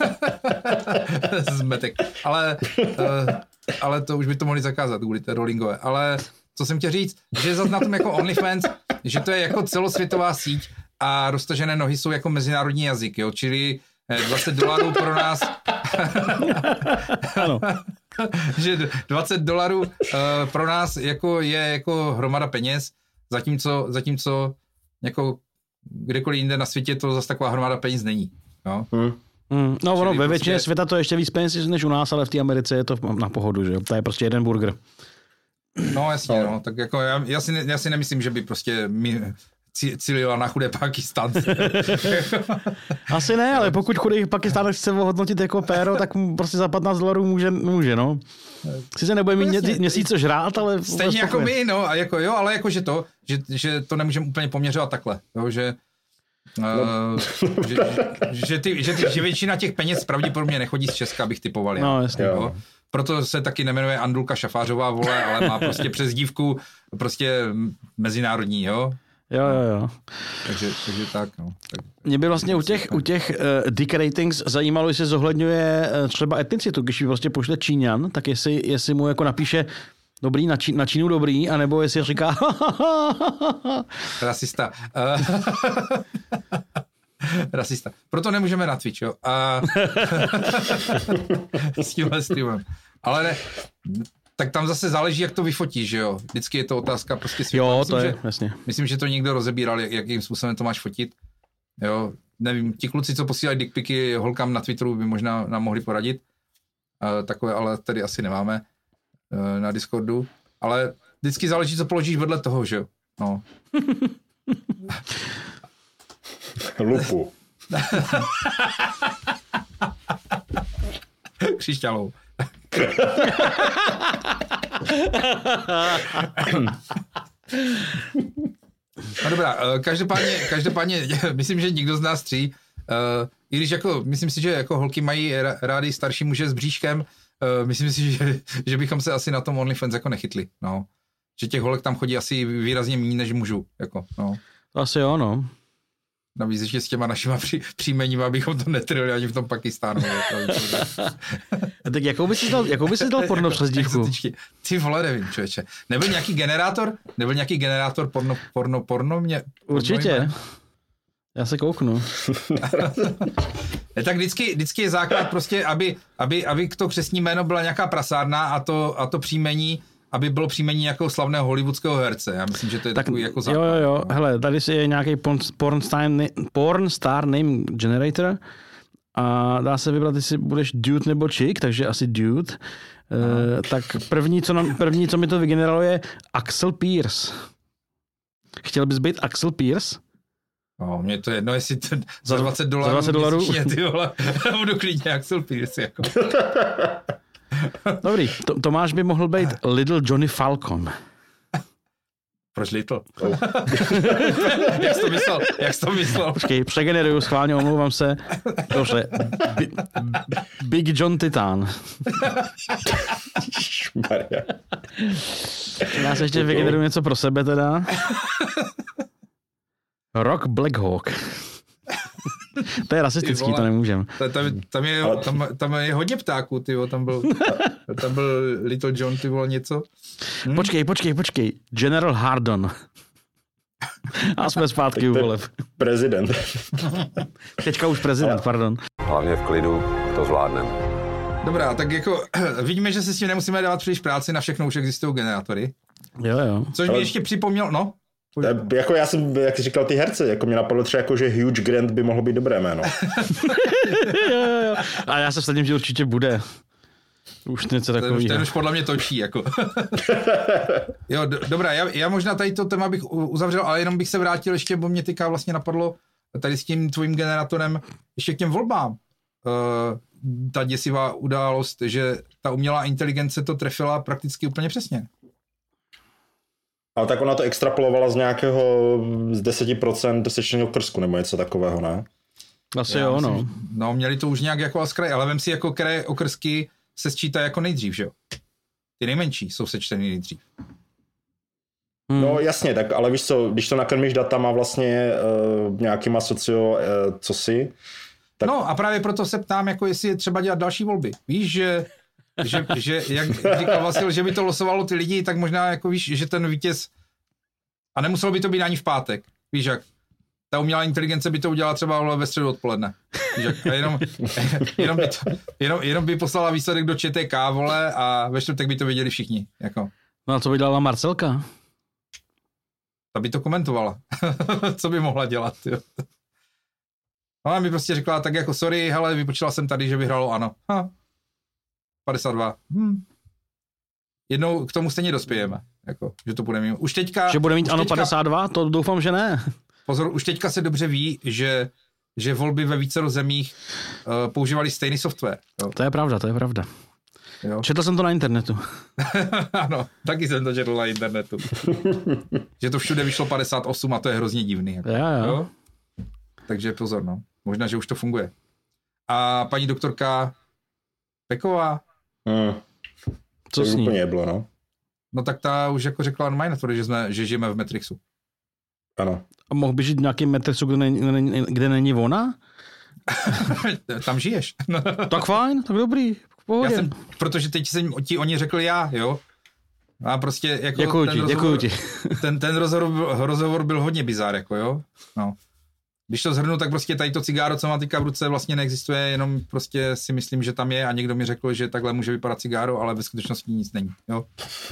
zmetek, ale, uh, ale to už by to mohli zakázat kvůli té rollingové, ale co jsem chtěl říct, že zase na tom jako OnlyFans, že to je jako celosvětová síť a roztažené nohy jsou jako mezinárodní jazyk, jo, čili dvacet dolarů pro nás, Ano. Že dvacet dolarů uh, pro nás jako je jako hromada peněz, zatímco, zatímco jako kdekoliv jinde na světě to zase taková hromada peněz není. Jo? Hmm. Mm, no ono, ve prostě... většině světa to je ještě víc peněz než u nás, ale v té Americe je to na pohodu, že jo? To je prostě jeden burger. No jasně, no, tak jako já, já, si, já si nemyslím, že by prostě mi cílila na chudé Pakistánce. Asi ne, ale pokud chudý Pakistánec chce ohodnotit jako péro, tak mu prostě za patnáct dolarů může, může, no. Sice nebude mít mě, měsíc co žrát, ale... Stejně jako my, no, a jako jo, ale jako že to, že, že to nemůžeme úplně poměřovat takhle, jo, že... Uh, že, že, že, ty, že, ty, že většina těch peněz pravděpodobně nechodí z Česka, bych typoval. No, jasně. Jo. Proto se taky nemenuje Andulka Šafářová, vole, ale má prostě přezdívku prostě mezinárodní, jo? Jo, jo, jo. Takže, takže tak, no. Tak, Mě by vlastně u těch, u těch uh, Dick Ratings zajímalo, jestli zohledňuje uh, třeba etnicitu, když prostě pošle Číňan, tak jestli, jestli mu jako napíše dobrý, na, Čí, na Čínu dobrý, anebo jestli říká rasista. Rasista. Proto nemůžeme na Twitch, jo. A s tímhle streamem. Ale ne, tak tam zase záleží, jak to vyfotíš, že jo. Vždycky je to otázka prostě světla. Jo, myslím, to je, že, jasně. Myslím, že to někdo rozebíral, jak, jakým způsobem to máš fotit. Jo, nevím, ti kluci, co posílají dickpiky holkám na Twitteru, by možná nám mohli poradit. Uh, takové ale tady asi nemáme uh, na Discordu. Ale vždycky záleží, co položíš vedle toho, že jo. No. Lupu. Křišťalou. No dobrá, každopádně, každopádně myslím, že nikdo z nás tří, i když jako, myslím si, že jako holky mají rády starší muže s bříškem, myslím si, že, že bychom se asi na tom OnlyFans jako nechytli, no. Že těch holek tam chodí asi výrazně méně než mužů, jako, no. To asi jo, no. Navíc ještě s těma našima při, příjmeníma, abychom to netrili ani v tom Pakistánu. Tak jakou by si dal, jakou by si dal porno přes dívku? Ty vole, nevím, člověče. Nebyl nějaký generátor? Nebyl nějaký generátor porno, porno, porno? Mě, Určitě. Porno Já se kouknu. Ne, tak vždycky, vždycky je základ prostě, aby, aby, aby to křestní jméno byla nějaká prasárna a to, a to příjmení, aby bylo příjmení nějakého slavného hollywoodského herce. Já myslím, že to je tak, takový jako základ. Jo, jo, jo. Hele, tady si je nějaký porn, porn, star, porn star name generator a dá se vybrat, jestli budeš dude nebo chick, takže asi dude. Uh, tak první co, nám, první, co mi to vygeneralo, je Axel Pierce. Chtěl bys být Axel Pierce? No, mně to jedno, jestli to za dvacet dolarů, za dvacet dolarů? Měsíčně, ty vole, budu klidně Axel Pierce, jako. Dobrý, to, Tomáš by mohl být Little Johnny Falcon. Proč Little? Oh. Jak jsi to myslel? Jak jsi to myslel? Počkej, přegeneruju, schválně, omlouvám se. Dobře. Bi, Big John Titan. Já se ještě vygeneruju něco pro sebe teda. Rock Black Hawk. To je rasistický, to nemůžem. Tam, tam, je, tam, tam je hodně ptáků, tyjo, tam byl, tam byl Little John, ty vole, něco. Hm? Počkej, počkej, počkej. General Hardon. A jsme zpátky u voleb. Prezident. Teďka už prezident, pardon. Hlavně v klidu to zvládneme. Dobrá, tak jako vidíme, že se s tím nemusíme dávat příliš práci, na všechno už existují generátory. Jo, jo. Což mi ještě připomněl, no. E, jako já jsem, jak jsi říkal ty herce, jako mě napadlo třeba jako, že Hugh Grant by mohl být dobré jméno. jo, jo, jo. A já se vsadím, že určitě bude. Už něco takového. Ten, ten už podle mě točí, jako. Jo, do, dobrá, já, já možná tady to téma bych uzavřel, ale jenom bych se vrátil ještě, bo mě teďka vlastně napadlo tady s tím tvojím generátorem ještě k těm volbám. Uh, ta děsivá událost, že ta umělá inteligence to trefila prakticky úplně přesně. Ale tak ona to extrapolovala z nějakého z deset procent desetičního okrsku nebo něco takového, ne? Asi Já jo, myslím, no. No, měli to už nějak jako z kraje, ale vem si, jako které okrsky se sčítají jako nejdřív, že jo? Ty nejmenší jsou sečteny nejdřív. Hmm. No jasně, tak ale víš co, když to nakrmíš datama vlastně uh, nějakýma socio, uh, co si, tak... No a právě proto se ptám, jako jestli je třeba dělat další volby. Víš, že, že, že jak říkal Vasil, že by to losovalo ty lidi, tak možná jako víš, že ten vítěz, a nemuselo by to být ani v pátek, víš jak, ta umělá inteligence by to udělala třeba ve středu odpoledne. A jenom, jenom, by to, jenom, jenom by poslala výsledek do Č T K, vole, a ve čtvrtek by to viděli všichni. Jako. No a co by dělala Marcelka? Ta by to komentovala. Co by mohla dělat, jo. Ona mi prostě řekla, tak jako sorry, hele, vypočítala jsem tady, že vyhrálo ANO. Ha. padesát dva. Hm. Jednou k tomu stejně dospějeme. Jako, že to bude mít. Už teďka... Že bude mít ANO teďka, padesát dva? To doufám, že ne. Pozor, už teďka se dobře ví, že, že volby ve více zemích uh, používali stejný software. Jo. To je pravda, to je pravda. Jo. Četl jsem to na internetu. Ano, taky jsem to četl na internetu. Že to všude vyšlo padesát osm a to je hrozně divný. Jako, já, já. Jo? Takže pozor, no. Možná, že už to funguje. A paní doktorka Peková? Hmm. Co s ní? Úplně jeblo, no. No tak ta už jako řekla na Mindful, že, jsme, že žijeme v Matrixu. Ano. A mohl by žít v nějakém Matrixu, kde není, kde není ona? Tam žiješ. Tak fajn, tak dobrý. Já jsem, protože teď jsem ti o ní řekl já, jo. A prostě jako děkuju ten, ti, rozhovor, děkuju ti. ten, ten rozhovor, byl, rozhovor byl hodně bizár, jako jo. No. Když to shrnu, tak prostě tady to cigáro, co má teďka v ruce, vlastně neexistuje, jenom prostě si myslím, že tam je a někdo mi řekl, že takhle může vypadat cigáro, ale ve skutečnosti nic není, jo.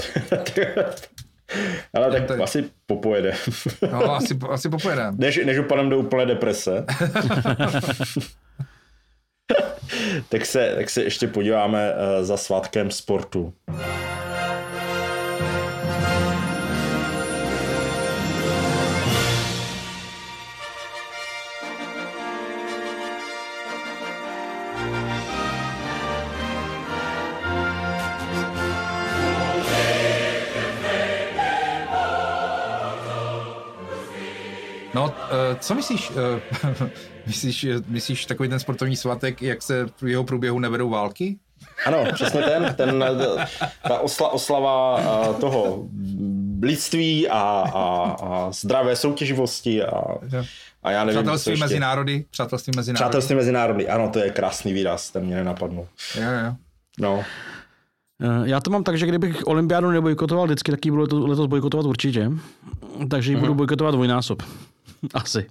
Ale tak tady. asi popojede. No, asi, asi popojede. Než, než upadem do úplné deprese. tak, se, tak se ještě podíváme uh, za svátkem sportu. No, co myslíš, myslíš, myslíš takový ten sportovní svátek, jak se v jeho průběhu nevedou války? Ano, přesně ten, ten ta osla, oslava toho lidství a, a, a zdravé soutěživosti a, a já nevím, přátelství mezi národy, přátelství mezi národy. Přátelství mezi národy, ano, to je krásný výraz, ten mě nenapadnul. Jo, jo. No. Já to mám tak, že kdybych olympiádu nebojkotoval vždycky, tak ji budu letos, letos bojkotovat určitě. Takže ji mm-hmm. budu bojkotovat dvojnásob. Asi.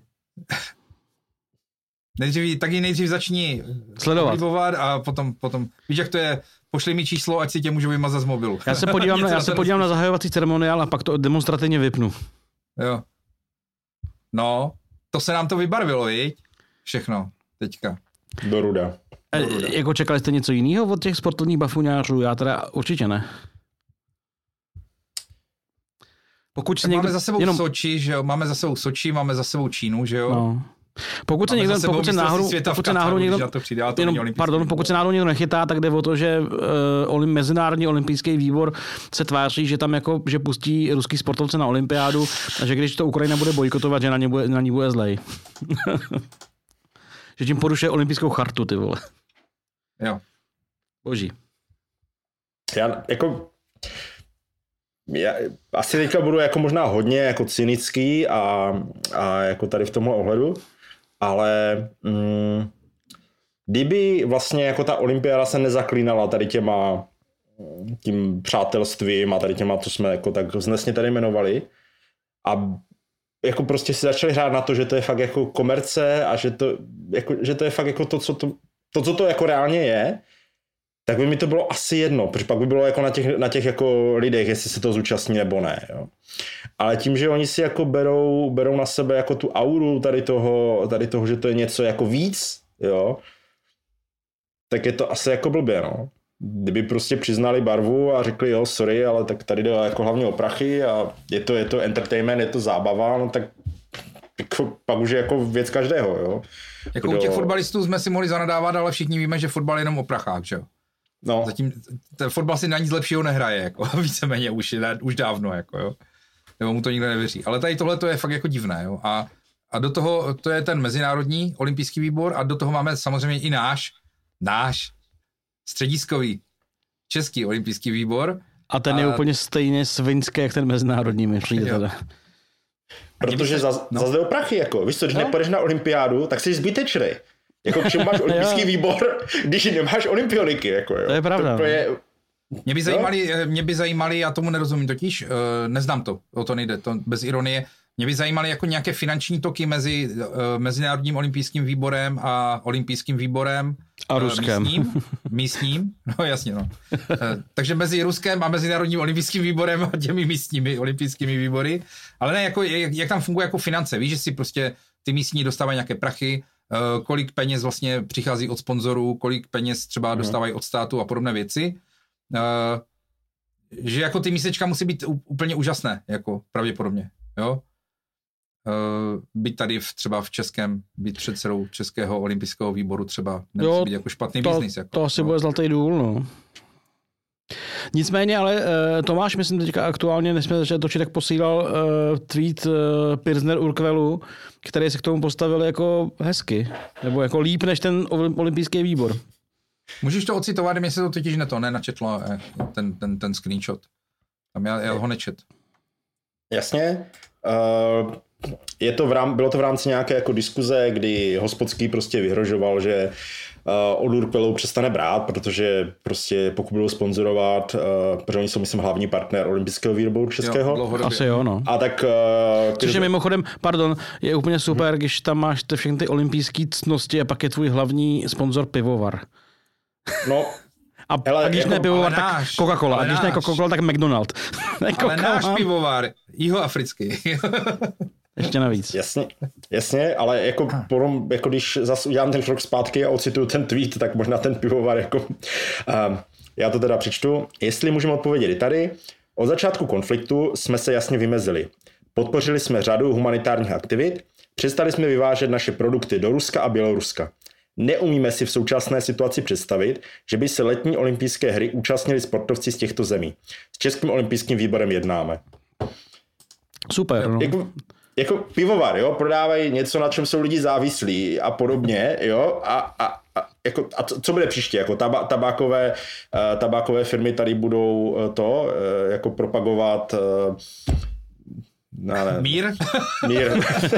Nejdřív, taky nejdřív začni sledovat a potom, potom, víš, jak to je, pošli mi číslo, ať si tě můžu vymazat z mobilu. Já se podívám, na, já se podívám na zahajovací ceremoniál a pak to demonstrativně vypnu. Jo. No, to se nám to vybarvilo, viď? Všechno, teďka. Do ruda. E, jako čekali jste něco jiného od těch sportovních bafuňářů? Já teda určitě ne. Pokud se někdo, někdo, máme za sebou jenom... Soči, že jo? Máme za sebou Soči, máme za sebou Čínu, že jo? No. Pokud se někdo, pokud se náhodou, pokud se náhodou někdo, přijde, jenom, pardon, pokud se náhodou někdo nechytá, tak jde o to, že uh, Mezinárodní olympijský výbor se tváří, že tam jako, že pustí ruský sportovce na olympiádu a že když to Ukrajina bude bojkotovat, že na ně bude, na ní bude zlej. Že tím porušuje olympijskou chartu, ty vole. Jo. Boží. Já jako... Já asi teďka budu jako možná hodně jako cynický a, a jako tady v tomhle ohledu, ale mm, kdyby vlastně jako ta olympiáda se nezaklínala tady těma tím přátelstvím a tady těma, co jsme jako tak vznesně tady jmenovali a jako prostě si začali hrát na to, že to je fakt jako komerce a že to, jako, že to je fakt jako to, co to, to, co to jako reálně je, tak by mi to bylo asi jedno, protože pak by bylo jako na těch, na těch jako lidech, jestli se to zúčastní nebo ne. Jo. Ale tím, že oni si jako berou, berou na sebe jako tu auru tady toho, tady toho, že to je něco jako víc, jo, tak je to asi jako blbě, no. Kdyby prostě přiznali barvu a řekli, jo, sorry, ale tak tady jde jako hlavně o prachy a je to, je to entertainment, je to zábava, no tak jako, pak už je jako věc každého, jo. Jako Kdo... u těch fotbalistů jsme si mohli zanadávat, ale všichni víme, že fotbal je jenom o prachách, že jo. No. Zatím ten fotbal si na nic lepšího nehraje, jako víceméně už, už dávno, jako jo. Nebo mu to nikdo nevěří. Ale tady tohle to je fakt jako divné, jo. A, a do toho, to je ten mezinárodní olympijský výbor a do toho máme samozřejmě i náš, náš střediskový český olympijský výbor. A ten a... je úplně stejně svinský, jak ten mezinárodní, mi přijde teda. Protože zase no. zas jde o prachy, jako. Víš co, když no. nepůjdeš na olympiádu, tak jsi zbytečný. Jako k čemu máš olympijský výbor, když nemáš olympioniky, jako jo. To je pravda. To je... Mě by zajímali, mě by zajímali, já tomu nerozumím totiž, uh, neznám to, o to nejde, to bez ironie, Mě by zajímaly jako nějaké finanční toky mezi uh, Mezinárodním olympijským výborem a olympijským výborem. A Ruskem. Místním, místním, no jasně, no. Uh, takže mezi Ruskem a Mezinárodním olympijským výborem a těmi místními olympijskými výbory. Ale ne, jako, jak, jak tam funguje jako finance. Víš, že si prostě ty místní dostávají nějaké prachy, uh, kolik peněz vlastně přichází od sponzorů, kolik peněz třeba hmm. dostávají od státu a podobné věci. Uh, že jako ty místečka musí být úplně úžasné, jako pravděpodobně, jo. Uh, být tady v, třeba v českém, být předsedou Českého olympijského výboru třeba nemusí jo, být jako špatný to, biznis. Jako, to asi no. bude zlatý důl, no. Nicméně, ale uh, Tomáš, myslím teďka aktuálně, než jsme začali točit, tak posílal uh, tweet uh, Pilsner Urquelu, který se k tomu postavil jako hezky, nebo jako líp než ten olympijský výbor. Můžeš to ocitovat, mě se to totiž ne to nenačetlo, ten, ten, ten screenshot. Tam já, já ho nečet. Jasně. Uh, je to v rám, bylo to v rámci nějaké jako diskuze, kdy Hospodský prostě vyhrožoval, že uh, od Urquelu přestane brát, protože prostě pokud budou sponzorovat, uh, protože oni jsou, myslím, hlavní partner olympijského výboru českého. Jo, asi jo, no. A tak... Uh, Což je mimochodem, pardon, je úplně super, hmm. když tam máš ty všechny ty olympijské ctnosti a pak je tvůj hlavní sponzor pivovar. No... A, hele, a když jako, ne pivovar, tak náš, Coca-Cola. A když náš. ne Coca-Cola, tak McDonald. Ale náš pivovar, jihoafrický. Ještě navíc. Jasně, jasně, ale jako, potom, jako když zase udělám ten krok zpátky a ocituju ten tweet, tak možná ten pivovar jako... Um, já to teda přečtu. Jestli můžeme odpovědět i tady. Od začátku konfliktu jsme se jasně vymezili. Podpořili jsme řadu humanitárních aktivit, přestali jsme vyvážet naše produkty do Ruska a Běloruska. Neumíme si v současné situaci představit, že by se letní olympijské hry účastnili sportovci z těchto zemí. S Českým olympijským výborem jednáme. Super. No. Jako, jako pivovar, jo, prodávají něco, na čem jsou lidi závislí a podobně, jo, a, a, a, jako, a co bude příště, jako taba, tabákové, uh, tabákové firmy tady budou uh, to, uh, jako propagovat uh, no, ne, Mír? Mír.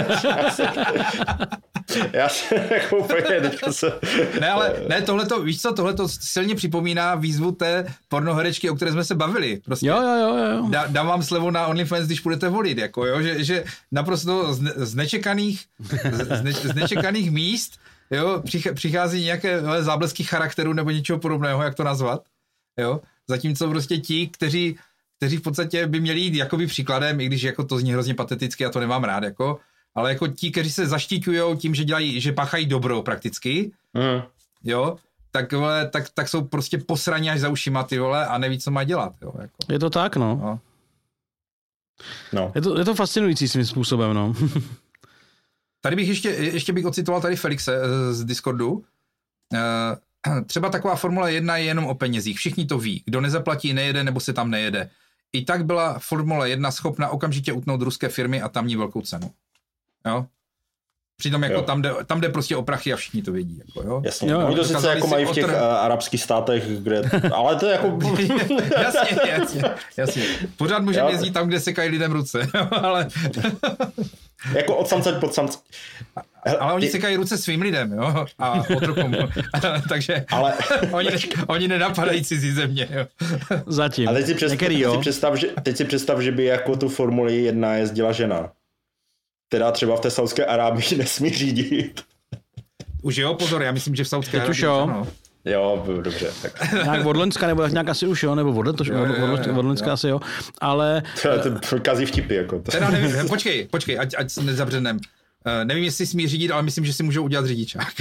Já se jako úplně teďka se... Ne, ale ne, tohleto, víš co, tohleto silně připomíná výzvu té pornoherečky, o které jsme se bavili. Prostě jo, jo, jo, jo. Dá, dám vám slevu na OnlyFans, když budete volit, jako jo, že, že naprosto z, z, nečekaných, z, ne, z nečekaných míst, jo, přichází nějaké záblesky charakteru nebo něčeho podobného, jak to nazvat, jo, zatímco prostě ti, kteří kteří v podstatě by měli jít jakoby příkladem, i když jako to zní hrozně pateticky, já to nemám rád, jako, ale jako ti, kteří se zaštiťujou tím, že dělají, že páchají dobro prakticky, mm. jo, tak, vole, tak, tak jsou prostě posraní až za ušima, ty vole, a neví, co má dělat, jo, jako. Je to tak, no. no. no. Je, to, je to fascinující svým způsobem, no. Tady bych ještě, ještě bych ocitoval tady Felixe z Discordu. Třeba taková Formule jedna je jenom o penězích, všichni to ví, kdo nezaplatí, nejede nebo se tam nejede. I tak byla Formule jedna schopna okamžitě utnout ruské firmy a tamní velkou cenu. Jo? Přitom jako tam jde, tam jde prostě o prachy a všichni to vědí. Jako, jo? Jasně, oni to sice jako mají v těch otr... arabských státech, kde... ale to je jako... jasně, jasně, jasně. Pořád můžeme jezdit tam, kde sekají lidem ruce, ale... jako od samce pod samce. Ale oni sekají ruce svým lidem, jo, a otrokům. Takže ale... oni, ne, oni nenapadají cizí země, jo. Zatím. A teď si, představ, Některý, teď, si představ, že, teď si představ, že by jako tu Formuli jedna jezdila žena, která třeba v té Saudské Arábii nesmí řídit. Už jo, pozor, já myslím, že v Saudské Arábii. Už jo. Jo, dobře. Tak. Nějak od Loňska, nebo nějak asi už jo, nebo od, od, od, od Loňska asi jo, ale... To je kazí vtipy, jako to. Teda nevím, počkej, počkej, ať, ať se nezabřenem. Uh, nevím, jestli smí řídit, ale myslím, že si můžou udělat řidičák.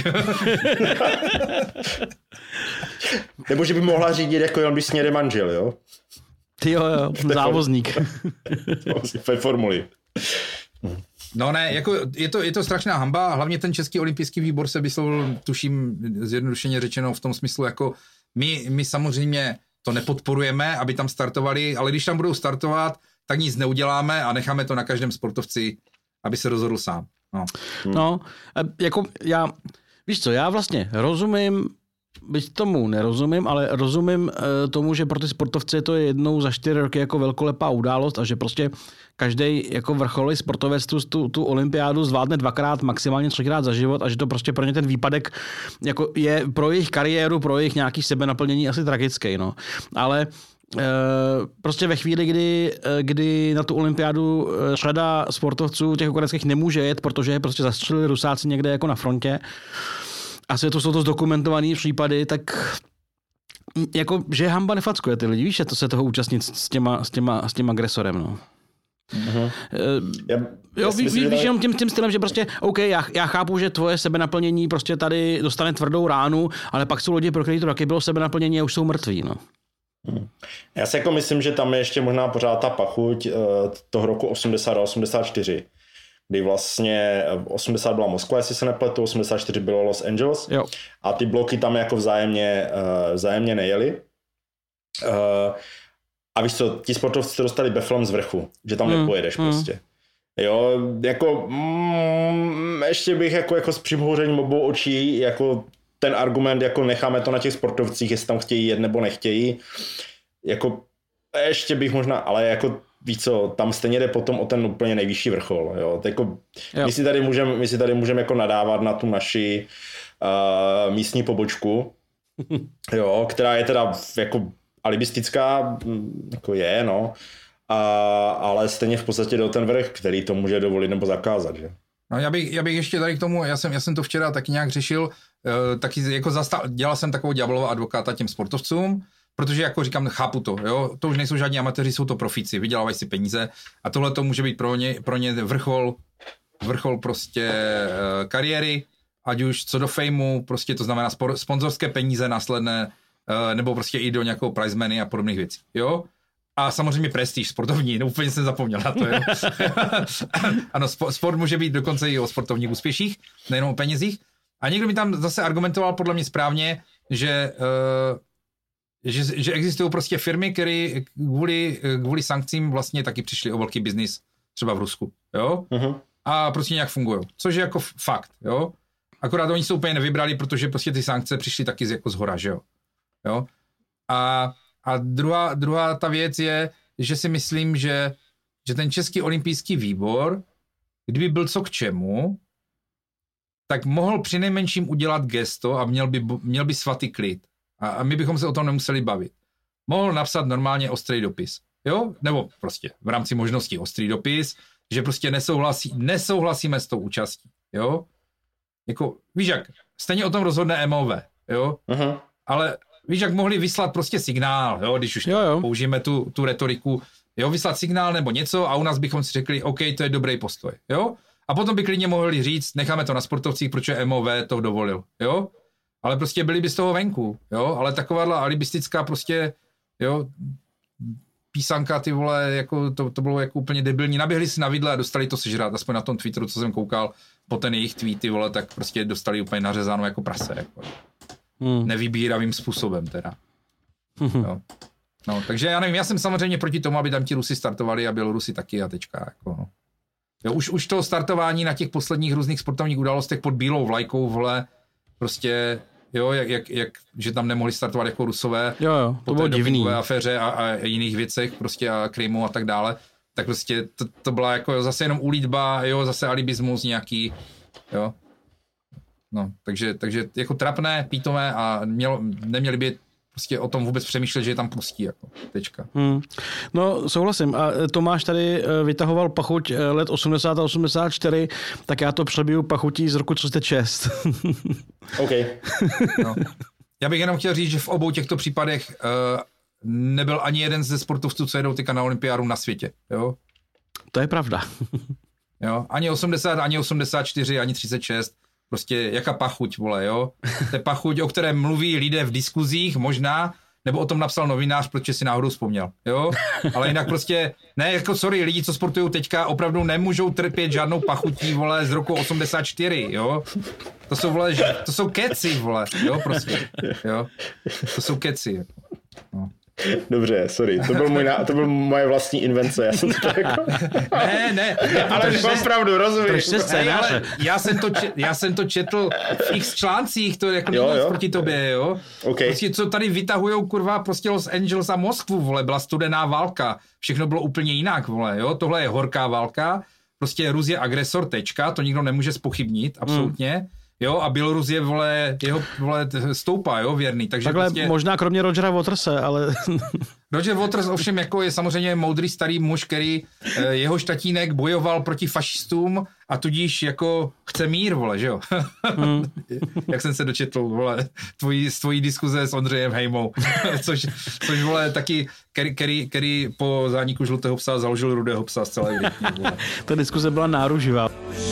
Nebo že by mohla řídit, jako jenom když směre manžel, jo? Ty jo, jo, závozník. Ve formuli. No ne, jako je to, je to strašná hamba, hlavně ten Český olympijský výbor se vyslovil, tuším, zjednodušeně řečeno v tom smyslu, jako my, my samozřejmě to nepodporujeme, aby tam startovali, ale když tam budou startovat, tak nic neuděláme a necháme to na každém sportovci, aby se rozhodl sám. No, no jako já, víš co, já vlastně rozumím, byť tomu nerozumím, ale rozumím uh, tomu, že pro ty sportovce to je jednou za čtyři roky jako velkolepá událost a že prostě každý jako vrcholný sportovec tu, tu, tu olympiádu zvládne dvakrát, maximálně třikrát za život a že to prostě pro ně ten výpadek jako je pro jejich kariéru, pro jejich nějaký sebenaplnění asi tragický, no. Ale prostě ve chvíli, kdy, kdy na tu olympiádu řada sportovců těch koreckých nemůže jet, protože je prostě zastřelili Rusáci někde jako na frontě, a to jsou to zdokumentované případy, tak jako, že hamba nefackuje ty lidi, víš, že to se toho účastnit s těma, s těma, s tím agresorem, no. Uh-huh. Já, jo, víš, víš tady... jenom tím, tím stylem, že prostě, OK, já, já chápu, že tvoje sebenaplnění prostě tady dostane tvrdou ránu, ale pak jsou lidi, pro který to taky bylo sebenaplnění a už jsou mrtví, no. Hmm. Já si jako myslím, že tam je ještě možná pořád ta pachuť uh, toho roku osmdesát a osmdesát čtyři, kdy vlastně osmdesát byla Moskva, jestli se nepletu, osmdesát čtyři bylo Los Angeles, jo. A ty bloky tam jako vzájemně, uh, vzájemně nejeli. Uh, a víš co, ti sportovci se dostali beflem z vrchu, že tam mm, nepojedeš mm. prostě. Jo, jako mm, ještě bych jako, jako s přimhouřením obou očí, jako ten argument, jako necháme to na těch sportovcích, jestli tam chtějí jet nebo nechtějí, jako ještě bych možná, ale jako víš co, tam stejně jde potom o ten úplně nejvyšší vrchol, jo, jako, jo. My si tady můžeme my si tady můžem jako nadávat na tu naši uh, místní pobočku, jo, která je teda jako alibistická, jako je, no, a, ale stejně v podstatě jde o ten vrch, který to může dovolit nebo zakázat, že? No já bych, já bych ještě tady k tomu, já jsem, já jsem to včera taky nějak řešil, uh, taky jako zastal, dělal jsem takovou ďáblova advokáta těm sportovcům, protože jako říkám, chápu to, jo, to už nejsou žádní amatéři, jsou to profíci, vydělávají si peníze a tohle to může být pro ně, pro ně vrchol, vrchol prostě uh, kariéry, ať už co do fejmu, prostě to znamená spor, sponzorské peníze následné, uh, nebo prostě i do nějakého prize money a podobných věcí, jo. A samozřejmě prestiž sportovní, no úplně jsem zapomněl na to, jo. Ano, sport může být dokonce i o sportovních úspěších, nejenom o penězích. A někdo mi tam zase argumentoval podle mě správně, že, uh, že, že existují prostě firmy, které kvůli, kvůli sankcím vlastně taky přišly o velký biznis třeba v Rusku, jo. Uh-huh. A prostě nějak fungují, což je jako fakt, jo. Akorát oni se úplně nevybrali, protože prostě ty sankce přišly taky z, jako z hora, že jo. jo? A A druhá, druhá ta věc je, že si myslím, že, že ten Český olympijský výbor, kdyby byl co k čemu, tak mohl přinejmenším udělat gesto a měl by, měl by svatý klid. A, a my bychom se o tom nemuseli bavit. Mohl napsat normálně ostrý dopis. Jo? Nebo prostě v rámci možností ostrý dopis, že prostě nesouhlasí, nesouhlasíme s tou účastí. Jo? Jako, víš jak, stejně o tom rozhodne M O V. Jo? Uh-huh. Ale víš, jak mohli vyslat prostě signál, jo, když už jo, jo. použijeme tu, tu retoriku, jo, vyslat signál nebo něco a u nás bychom si řekli, OK, to je dobrý postoj, jo. A potom by klidně mohli říct, necháme to na sportovcích, protože M O V to dovolil, jo. Ale prostě byli by z toho venku, jo. Ale takováhle alibistická prostě, jo, písanka, ty vole, jako to, to bylo jako úplně debilní. Naběhli si na vidle a dostali to sežrat, aspoň na tom Twitteru, co jsem koukal, po ten jejich tweet, ty vole, tak prostě dostali úplně nařezáno jako prase, jako. Hmm. Nevybíravým způsobem teda. Hmm. Jo. No, takže já nevím, já jsem samozřejmě proti tomu, aby tam ti Rusi startovali a Bělorusi taky a tečka. Jako, no. Jo, už, už to startování na těch posledních různých sportovních událostech pod bílou vlajkou, vole, prostě, jo, jak, jak, jak že tam nemohli startovat jako Rusové. Jo, jo, to bylo divný. Po aféře a, a jiných věcech, prostě a Krymu a tak dále. Tak prostě to, to byla jako zase jenom ulítba, jo, zase alibismus nějaký, jo. No, takže, takže jako trapné, pítomé a mělo, neměli by prostě o tom vůbec přemýšlet, že je tam pustí, jako, tečka. Hmm. No, souhlasím. A Tomáš tady vytahoval pachuť let osmdesát a osmdesát čtyři, tak já to přebiju pachutí z roku třicet šest. OK. No. Já bych jenom chtěl říct, že v obou těchto případech uh, nebyl ani jeden ze sportovců, co jedou teďka na olympiádu na světě, jo? To je pravda. Jo, ani osmdesát, ani osmdesát čtyři, ani třicet šest. Prostě jaká pachuť, vole, jo. To je pachuť, o které mluví lidé v diskuzích, možná, nebo o tom napsal novinář, protože si náhodou vzpomněl, jo. Ale jinak prostě, ne, jako sorry, lidi, co sportují teďka, opravdu nemůžou trpět žádnou pachutí, vole, z roku osmdesát čtyři, jo. To jsou, vole, to jsou keci, vole, jo, prostě, jo. To jsou keci, no. Dobře, sorry, to byl, můj, to byl moje vlastní invence, já jsem to jako... Ne, ne, ne ale mám se, pravdu, rozumím. Ne, ale já jsem to, čet, já jsem to četl v x článcích, to jako není nic proti tobě, jo. Okay. Prostě co tady vytahujou, kurva, prostě Los Angeles a Moskvu, vole, byla studená válka, všechno bylo úplně jinak, vole, jo, tohle je horká válka, prostě Rus je agresor, tečka, to nikdo nemůže zpochybnit, absolutně. Hmm. jo, a Bělorus je, vole, jeho, vole, stoupá, jo, věrný, takže takhle prostě... možná kromě Rogera Waterse, ale... Roger Waters ovšem jako je samozřejmě moudrý starý muž, který jeho štatínek bojoval proti fašistům a tudíž jako chce mír, vole, že jo? Hmm. Jak jsem se dočetl, vole, tvojí, z tvojí diskuze s Ondřejem Hejmou, což, což, vole, taky, který, který, který po zániku Žlutého psa založil Rudého psa zcela evidentně, vole. Ta diskuze byla náruživá.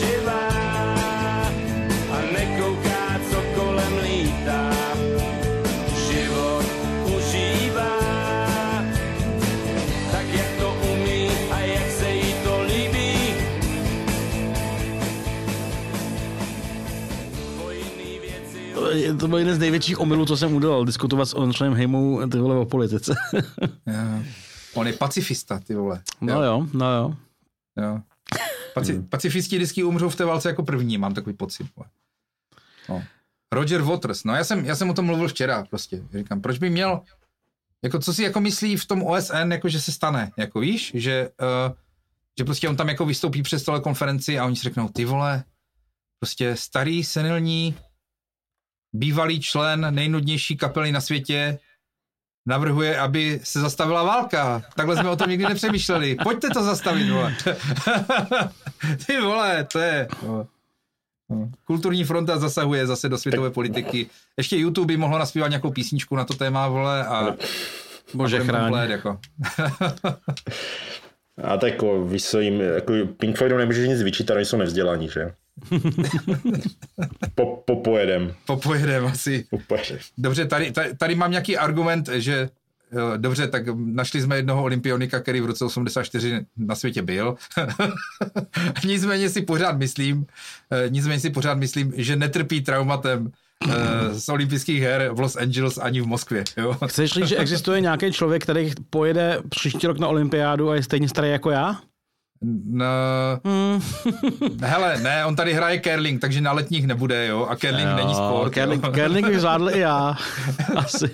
To byl jeden z největších omylů, co jsem udělal, diskutovat s Ondřejem Hejmou ty vole o politice. Ja. On je pacifista, ty vole. No jo, jo no jo. jo. Paci, hmm. Pacifisti vždycky umřou v té válce jako první, mám takový pocit. No. Roger Waters, no já jsem, já jsem o tom mluvil včera prostě. Říkám, proč by měl, jako co si jako myslí v tom O S N, jako že se stane, jako víš, že, uh, že prostě on tam jako vystoupí přes telekonferenci a oni si řeknou, ty vole, prostě starý, senilní, bývalý člen nejnudnější kapely na světě navrhuje, aby se zastavila válka. Takhle jsme o tom nikdy nepřemýšleli. Pojďte to zastavit, vole. Ty vole, to je... Vole. Kulturní fronta zasahuje zase do světové politiky. Ještě YouTube by mohlo naspívat nějakou písničku na to téma, vole, a... Bože chráň. Jako. A tak jako, víš co jim, jako Pink Floydům nemůžeš nic vyčítat, oni jsou nevzdělaní, že? Po, popojedem. Popojedem asi. Popojedem. Dobře, tady, tady, tady mám nějaký argument, že jo, dobře, tak našli jsme jednoho olympionika, který v roce osmdesát čtyři na světě byl. nicméně si pořád myslím, nicméně si pořád myslím, že netrpí traumatem z olympijských her v Los Angeles ani v Moskvě. Jo? Chceš říct, že existuje nějaký člověk, který pojede příští rok na olympiádu a je stejně starý jako já? No, hmm. hele, ne, on tady hraje curling, takže na letních nebude, jo, a curling jo, není sport. Curling, curling bych zvládl i já, asi.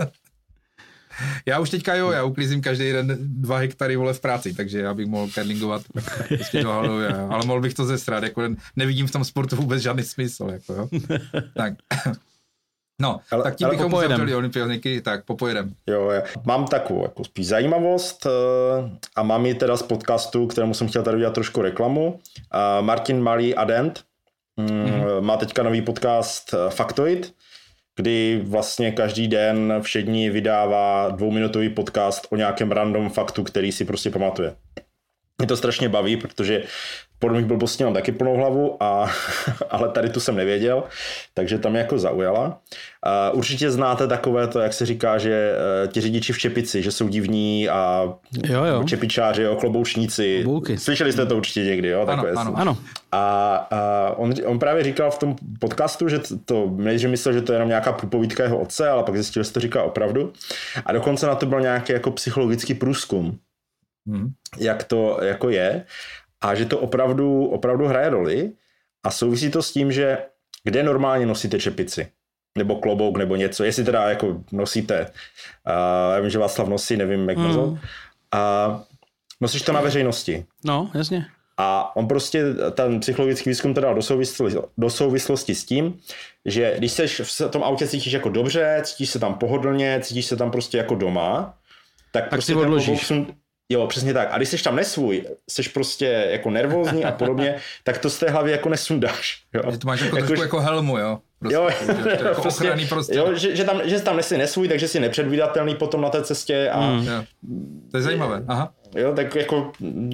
Já už teďka jo, já uklízím každý den dva hektary, vole, v práci, takže já bych mohl curlingovat, ale mohl bych to zesrat, jako nevidím v tom sportu vůbec žádný smysl, jako jo. Tak. No, ale, tak tím bychom uzavřeli olympioniky, tak popojedem. Jo, já mám takovou jako spíš zajímavost a mám ji teda z podcastu, kterému jsem chtěl tady udělat trošku reklamu. Martin Malý Adent mm-hmm. má teďka nový podcast Faktoid, kdy vlastně každý den všední vydává dvouminutový podcast o nějakém random faktu, který si prostě pamatuje. Mě to strašně baví, protože podobných blbostí mám taky plnou hlavu, a, ale tady tu jsem nevěděl, takže tam mě jako zaujala. Uh, určitě znáte takové to, jak se říká, že uh, ti řidiči v čepici, že jsou divní a jo, jo. čepičáři, jo, kloboučníci. Klobouky. Slyšeli jste to určitě někdy, jo? Ano, ano, ano. A, a on, on právě říkal v tom podcastu, že to, nejdřív myslel, že to je jenom nějaká průpovídka jeho otce, ale pak zjistil, že to říká opravdu. A dokonce na to byl nějaký jako psychologický průzkum, hmm. jak to jako je. A že to opravdu, opravdu hraje roli a souvisí to s tím, že kde normálně nosíte čepici, nebo klobouk, nebo něco, jestli teda jako nosíte, uh, já vím, že Václav nosí, nevím, jak mm. uh, nosíš to na veřejnosti. No, jasně. A on prostě, ten psychologický výzkum teda do souvislosti, do souvislosti s tím, že když seš v tom autě cítíš jako dobře, cítíš se tam pohodlně, cítíš se tam prostě jako doma, tak, tak prostě si odložíš. Jo, přesně tak. A když jsi tam nesvůj, jsi prostě jako nervózní a podobně, tak to z té hlavy jako nesundáš. Jo? Že to máš jako, jako, jako helmu, jo? Prostě, jo, že to jako prostě, ochranný prostě. Jo, že, že, tam, že jsi tam nesi nesvůj, takže jsi nepředvídatelný potom na té cestě. A, mm. To je zajímavé, aha. Jo, tak jako...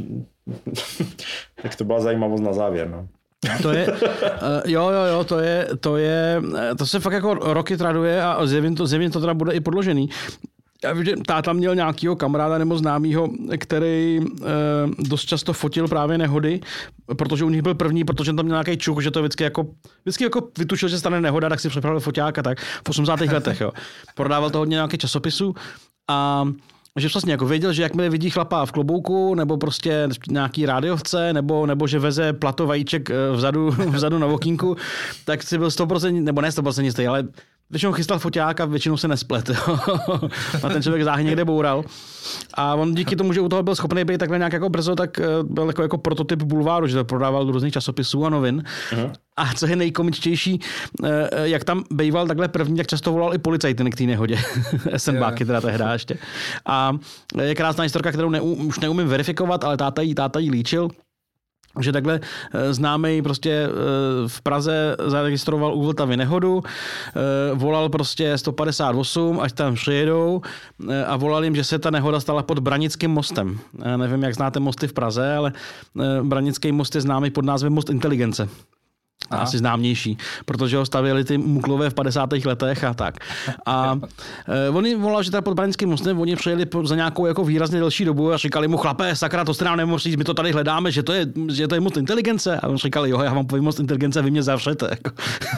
tak to byla zajímavost na závěr, no. To je, uh, jo, jo, jo, to je, to je, to se fakt jako roky traduje a zjevně to, zjevně to teda bude i podložený. Já vím, že táta měl nějakýho kamaráda nebo známýho, který e, dost často fotil právě nehody, protože u nich byl první, protože tam měl nějaký čuk, že to vždycky jako, vždycky jako vytušil, že stane nehoda, tak si připravil foťák a tak v osmdesátých letech. Jo. Prodával to hodně nějakých časopisů a že vlastně jako věděl, že jakmile vidí chlapa v klobouku nebo prostě nějaký rádiovce nebo, nebo že veze plato vajíček vzadu, vzadu na okýnku, tak si byl sto procent, nebo ne sto procent jistý, ale většinou chystal foťák a většinou se nesplet. A ten člověk záhy někde boural. A on díky tomu, že u toho byl schopný být takhle nějak jako brzo, tak byl jako, jako prototyp bulváru, že to prodával do různých časopisů a novin. Uh-huh. A co je nejkomičtější, jak tam bejval takhle první, tak často volal i policajty k té nehodě. Esenbáky teda tehdy ještě. A je krásná historka, kterou neum, už neumím verifikovat, ale táta jí, táta jí líčil, že takhle známej prostě v Praze zaregistroval u Vltavy nehodu, volal prostě sto padesát osm, až tam přijedou a volal jim, že se ta nehoda stala pod Branickým mostem. Já nevím, jak znáte mosty v Praze, ale Branický most je známý pod názvem Most inteligence. Aha. Asi známější, protože ho stavěli ty muklové v padesátých letech a tak. A uh, oni volali, že teda pod Branickým mostem, oni přijeli za nějakou jako výrazně delší dobu a říkali mu, chlape, sakra, to jste nám nemohli říct, my to tady hledáme, že to je, že to je most inteligence. A on říkali, jo, já vám povím most inteligence, vy mě zavřete. Jako.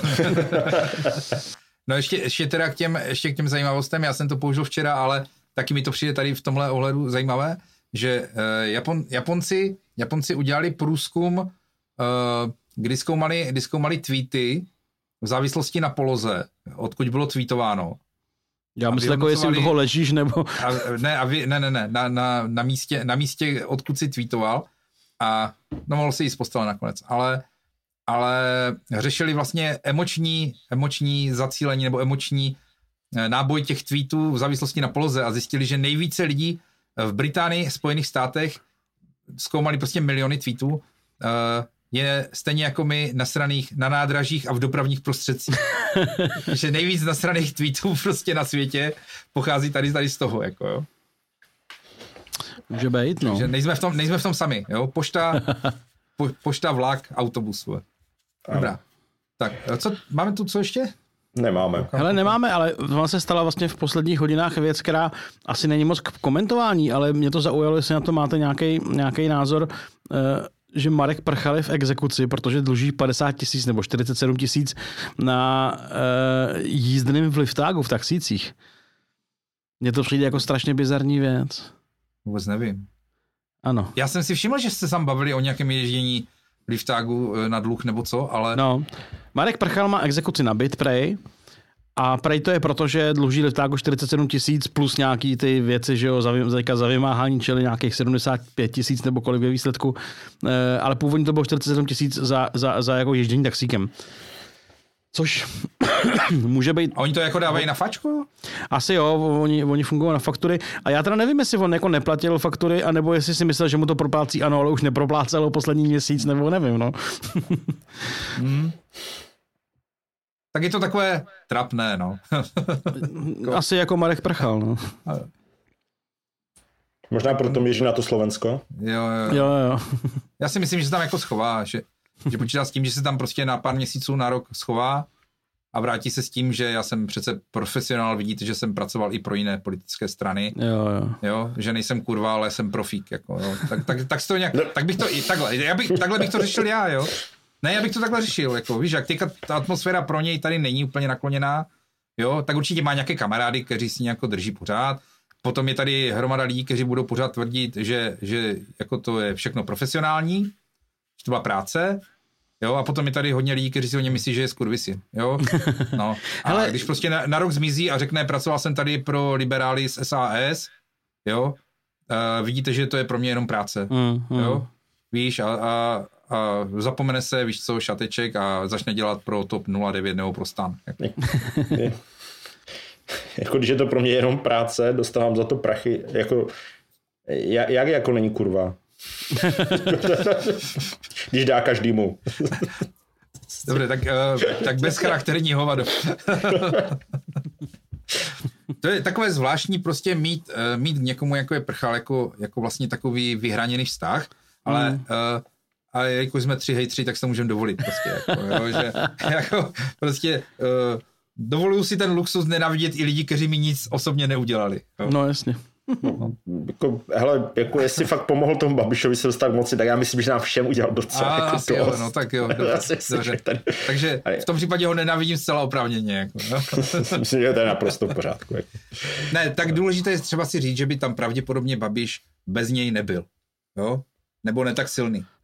No ještě, ještě teda k těm, ještě k těm zajímavostem, já jsem to použil včera, ale taky mi to přijde tady v tomhle ohledu zajímavé, že uh, Japon, Japonci, Japonci udělali průzkum, uh, kdy zkoumali, kdy zkoumali tweety v závislosti na poloze, odkud bylo tweetováno. Já myslím, jako jestli u toho ležíš, nebo... A, ne, a vy, ne, ne, ne, na, na, na, místě, na místě, odkud si tweetoval a no mohl si jít z postele nakonec, ale, ale řešili vlastně emoční, emoční zacílení nebo emoční náboj těch tweetů v závislosti na poloze a zjistili, že nejvíce lidí v Británii, Spojených státech zkoumali prostě miliony tweetů, uh, je stejně jako my nasraných na nádražích a v dopravních prostředcích. Že nejvíc nasraných tweetů prostě na světě pochází tady, tady z toho, jako jo. Může být, no. Takže nejsme v tom, nejsme v tom sami, jo. Pošta, po, pošta, vlak, autobus. Dobrá. Tak, co, máme tu co ještě? Nemáme. Hele, nemáme, ale vám se stala vlastně v posledních hodinách věc, která asi není moc k komentování, ale mě to zaujalo, jestli na to máte nějaký nějaký názor, že Marek Prchal je v exekuci, protože dluží padesát tisíc nebo čtyřicet sedm tisíc na uh, jízdným v liftágu v taxících. Mně to přijde jako strašně bizarní věc. Vůbec nevím. Ano. Já jsem si všiml, že jste tam bavili o nějakém ježdění liftágu na dluh nebo co, ale... No, Marek Prchal má exekuci na byt, prej. A prej to je proto, že dluží liftágu čtyřicet sedm tisíc plus nějaký ty věci, že jo, za, za vymáhání, čili nějakých sedmdesát pět tisíc nebo kolik ve výsledku. E, ale původně to bylo čtyřicet sedm tisíc za, za, za jako ježdění taxíkem. Což může být... A oni to jako dávají na fačku? Asi jo, oni, oni fungují na faktury. A já teda nevím, jestli on jako neplatil faktury, anebo jestli si myslel, že mu to proplácí, ano, ale už neproplácelo poslední měsíc, nebo nevím, no. hmm. Tak je to takové trapné, no. Asi jako Marek Prchal, no. Možná proto míří na to Slovensko. Jo, jo. jo, jo. Já si myslím, že se tam jako schová, že, že počítá s tím, že se tam prostě na pár měsíců na rok schová a vrátí se s tím, že já jsem přece profesionál, vidíte, že jsem pracoval i pro jiné politické strany. Jo, jo. Jo, že nejsem kurva, ale jsem profík, jako, jo. Tak, tak, tak, to nějak, tak bych to i takhle, já bych, takhle bych to řešil já, jo. Ne, já bych to takhle řešil, jako, víš, jak teďka ta atmosféra pro něj tady není úplně nakloněná, jo, tak určitě má nějaké kamarády, kteří si nějak drží pořád, potom je tady hromada lidí, kteří budou pořád tvrdit, že, že jako to je všechno profesionální, že to byla práce, jo, a potom je tady hodně lidí, kteří si o něm myslí, že je skurvisy, jo, no, a hele, když prostě na, na rok zmizí a řekne, pracoval jsem tady pro liberály z S A S, jo, uh, vidíte, že to je pro mě jenom práce, mm, mm. jo, víš, a, a a zapomene se, víš co, šateček a začne dělat pro TOP nula devět nebo pro STAN. Jako když je to pro mě jenom práce, dostávám za to prachy, jako jak, jak jako není kurva? Když dá každému. Dobře, tak, uh, tak bezcharakterní hovado. To je takové zvláštní prostě mít, uh, mít někomu, jako je Prchal, jako, jako vlastně takový vyhraněný vztah, ale mm. uh, a jako jsme tři hejtři, tak se to můžeme dovolit prostě, jako, jo, že jako prostě uh, dovoluju si ten luxus nenávidět i lidi, kteří mi nic osobně neudělali. Jo. No jasně. No, jako, hele, jako jestli fakt pomohl tomu Babišovi se dostat k moci, tak já myslím, že nám všem udělal docela a, jako asi jo, no tak jo. Dobře, dobře. Ten... Takže v tom případě ho nenávidím zcela oprávněně. Jako, no. Myslím, že to je naprosto v pořádku. Jako. Ne, tak důležité je třeba si říct, že by tam pravděpodobně Babiš bez něj nebyl. Jo? Nebo ne tak silný.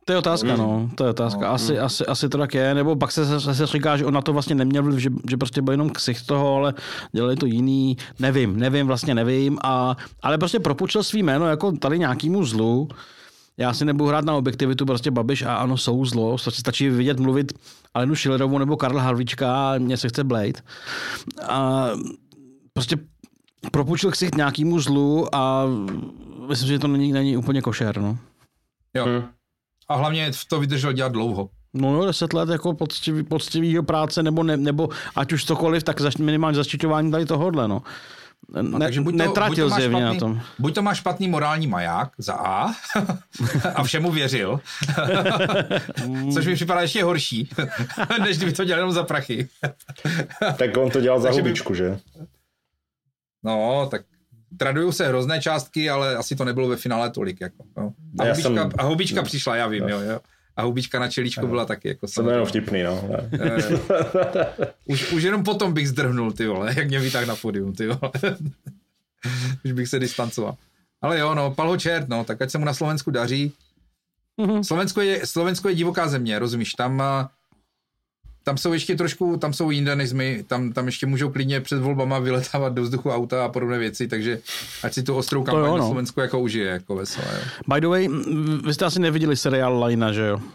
To je otázka, Mm. no, to je otázka. No, Asi, mm. asi, asi to tak je, nebo pak se zase říká, že on na to vlastně neměl vliv, že, že prostě byl jenom ksicht toho, ale dělali to jiný, nevím, nevím, vlastně nevím, a, ale prostě propůjčil svý jméno jako tady nějakýmu zlu. Já si nebudu hrát na objektivitu, prostě Babiš a ano, jsou zlo, stačí vidět mluvit Alenu Schillerovou nebo Karla Havlíčka a mně se chce blejt. A prostě propůjčil ksicht nějakýmu zlu a myslím, že to není, není úplně košer, no. Jo. Hmm. A hlavně to vydržel dělat dlouho. No jo, deset let jako poctivý, poctivýho práce, nebo, ne, nebo ať už cokoliv, tak zaš, minimálně zaštiťování tady tohohle, no. Ne, takže buď to, netratil buď to zjevně špatný, na tom. Buď to má špatný morální maják, za A, a všemu věřil, což mi připadá ještě horší, než kdyby to dělal jenom za prachy. Tak on to dělal za Takže by- hubičku, že? No, tak tradují se hrozné částky, ale asi to nebylo ve finále tolik. Jako, no. A, Já hubička, jsem- a hubička přišla, já vím, jo, jo. A hubička na čelíčku byla taky. Jako Jsem jenom vtipný, no. už, už jenom potom bych zdrhnul, ty vole, jak mě vytáhl na podium, ty vole. Už bych se distancoval. Ale jo, no, pal ho čert, no, tak ať se mu na Slovensku daří. Mhm. Slovensko je, Slovensko je divoká země, rozumíš, tam, a, tam jsou ještě trošku, tam jsou jinde než my, tam, tam ještě můžou klidně před volbama vyletávat do vzduchu auta a podobné věci, takže ať si tu ostrou kampaň jo, na no. Slovensku jako užije, jako veselé, jo. By the way, m, vy jste asi neviděli seriál Lajna, že jo?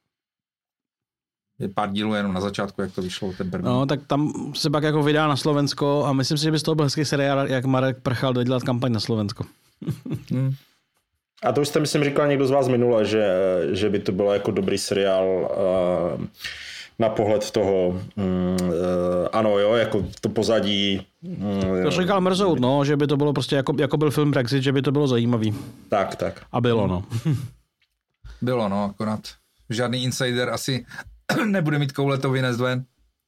Je pár dílů jenom na začátku, jak to vyšlo, ten první. No, tak tam se pak jako vydá na Slovensko a myslím si, že by z toho byl hezký seriál, jak Marek Prchal jde dělat kampaň na Slovensko. Hmm. A to už jste, myslím, říkal někdo z vás minule, že, že by to bylo jako dobrý seriál uh, na pohled toho, um, uh, ano jo, jako to pozadí. Um, To říkal Mrzout, no, že by to bylo prostě jako, jako byl film Brexit, že by to bylo zajímavý. Tak, tak. A bylo, no. Bylo, no, akorát žádný insider asi nebude mít koule to vynést ven.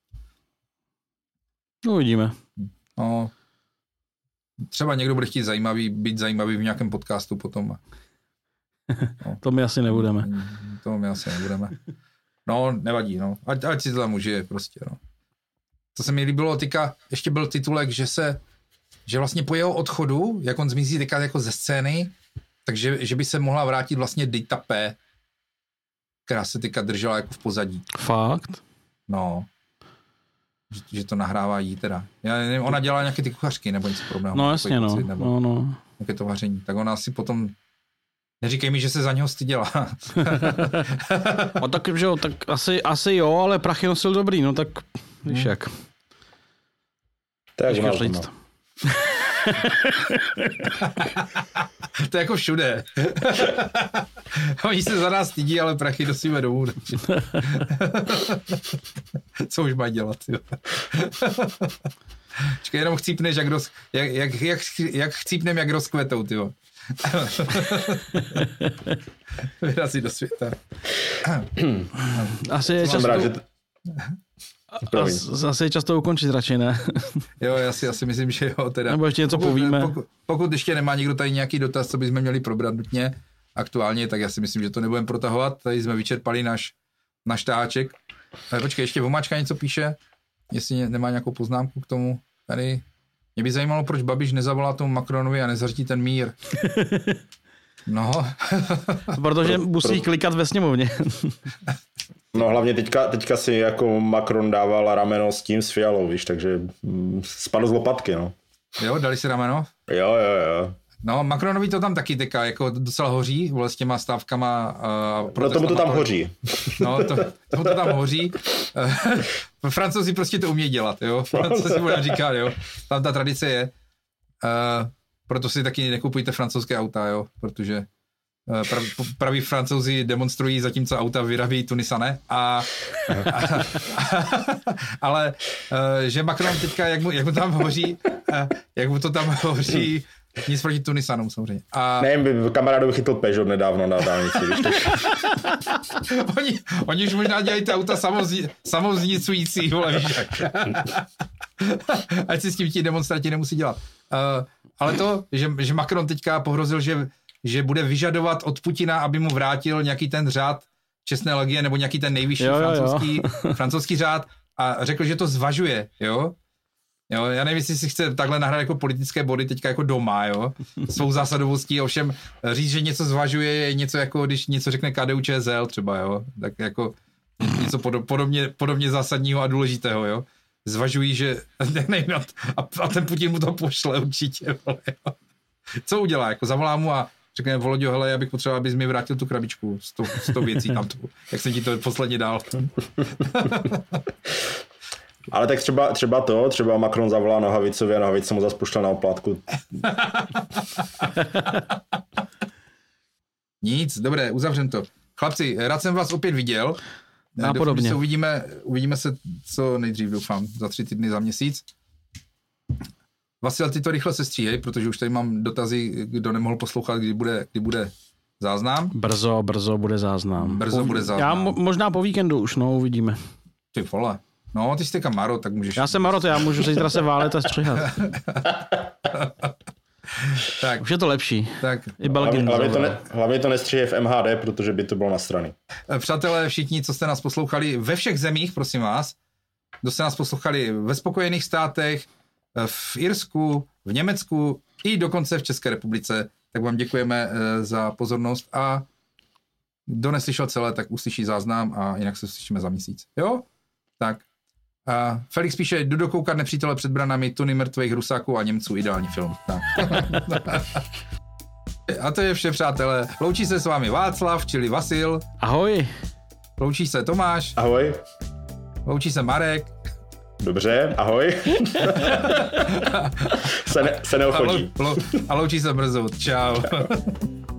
No, uvidíme. No, třeba někdo bude chtít zajímavý, být zajímavý v nějakém podcastu potom. No. To my asi nebudeme. To my asi nebudeme. No, nevadí, no. Ať, ať si to tam užije prostě, no. To se mi líbilo, teďka ještě byl titulek, že se, že vlastně po jeho odchodu, jak on zmizí teďka jako ze scény, takže že by se mohla vrátit vlastně Dita P, která se teďka držela jako v pozadí. Fakt? No. Že, že to nahrává jí teda. Já nevím, ona dělá nějaké ty kuchařky nebo něco podobného. No jasně, no. Pocit, nebo no, no. nějaké to vaření. Tak ona asi potom, neříkej mi, že se za něho styděla. A tak, že jo, tak asi, asi jo, ale prachy nosil dobrý, no tak víš Hmm. jak. To je Těžko jak u nás říct. doma. To je jako všude. Oni se za nás stydí, ale prachy nosíme domů. Co už mají dělat? Jo? Čekaj, jenom chcípneš, jak, roz, jak, jak, jak, jak chcípnem, jak rozkvetou, tyjo. Vyrazí do světa. Asi je Jsem čas rád, to, že to- as, asi je čas to ukončit radši, ne? Jo, já si asi myslím, že jo. Teda. Nebo ještě něco pokud, povíme. Pokud, pokud ještě nemá někdo tady nějaký dotaz, co bychom měli probrat nutně aktuálně, tak já si myslím, že to nebudeme protahovat. Tady jsme vyčerpali náš, náš táček. Ale počkej, ještě Vomáčka něco píše, jestli nemá nějakou poznámku k tomu. Tady mě by zajímalo, proč Babiš nezavolá tomu Macronovi a nezhrtí ten mír. No. Protože Pro- musí pro- klikat ve sněmovně. No hlavně teďka, teďka si jako Macron dával rameno s tím s Fialou, víš, takže mm, spadl z lopatky, no. Jo, dali si rameno? Jo, jo, jo. No, Macronovi to tam taky teďka jako docela hoří, vole, s těma stávkama. Uh, No tomu to tam hoří. No, to, tomu to tam hoří. Francouzi prostě to umějí dělat, jo. Co si budeme říkat, jo. Tam ta tradice je. Uh, proto si taky nekupujte francouzské auta, jo, protože uh, prav, praví Francouzi demonstrují, zatímco auta vyrábí Tunisané. A, a, ale uh, že Macron teďka, jak mu, jak mu tam hoří, uh, jak mu to tam hoří, nic proti Tunisanům samozřejmě. A Nevím, kamarádovi chytl Peugeot nedávno na dálnici, víš, tak... oni, oni už možná dělají ty auta samozní, samoznicující, vole, víš jak. Ať si s tím ti demonstranti nemusí dělat. Uh, ale to, že, že Macron teďka pohrozil, že, že bude vyžadovat od Putina, aby mu vrátil nějaký ten řád čestné legie, nebo nějaký ten nejvyšší Jo, jo, jo. francouzský, francouzský řád a řekl, že to zvažuje, jo. Jo, já nevím, jestli si chce takhle nahrát jako politické body teďka jako doma, jo, svou zásadovostí, ovšem říct, že něco zvažuje, je něco jako, když něco řekne K D U Č S L třeba, jo, tak jako něco podobně, podobně zásadního a důležitého, jo. Zvažují, že nevím, a, a ten Putin mu to pošle určitě, vole, jo. Co udělá, jako zavolá mu a řekne, Voloďo, hele, já bych potřeboval, abys mi vrátil tu krabičku s tou, s tou věcí tam, tu, jak jsem ti to posledně dal. Ale tak třeba, třeba to, třeba Macron zavolá Nohavicovi a Nohavice mu zase pošle na oplátku. Nic, dobré, uzavřem to. Chlapci, rád jsem vás opět viděl. A podobně. Se uvidíme, uvidíme se co nejdřív, doufám, za tři týdny, za měsíc. Vasil, ty to rychle sestříhej, protože už tady mám dotazy, kdo nemohl poslouchat, kdy bude, kdy bude záznam. Brzo, brzo bude záznam. Brzo bude záznam. Já mo- možná po víkendu už, no, uvidíme. Ty vole. No, ty jsi teďka Maro, tak můžeš... Já jsem Maro, to já můžu zítra se válet a střihat. Tak. Už je to lepší. Tak. I Belgin. Hlavně to, ne, hlavně to nestříhej v M H D, protože by to bylo na strany. Přátelé, všichni, co jste nás poslouchali ve všech zemích, prosím vás, kdo jste nás poslouchali ve Spojených státech, v Irsku, v Německu i dokonce v České republice, tak vám děkujeme za pozornost a kdo neslyšel celé, tak uslyší záznam a jinak se uslyšíme za měsíc. Jo? Tak. A Felix píše, jdu dokoukat Nepřítele před branami, tuny mrtvých Rusáků a Němců, ideální film. Tak. A to je vše, přátelé. Loučí se s vámi Václav, čili Vasil. Ahoj. Loučí se Tomáš. Ahoj. Loučí se Marek. Dobře, ahoj. se, ne, se neochodí. A, lou, lou, a loučí se Brzo. Čau.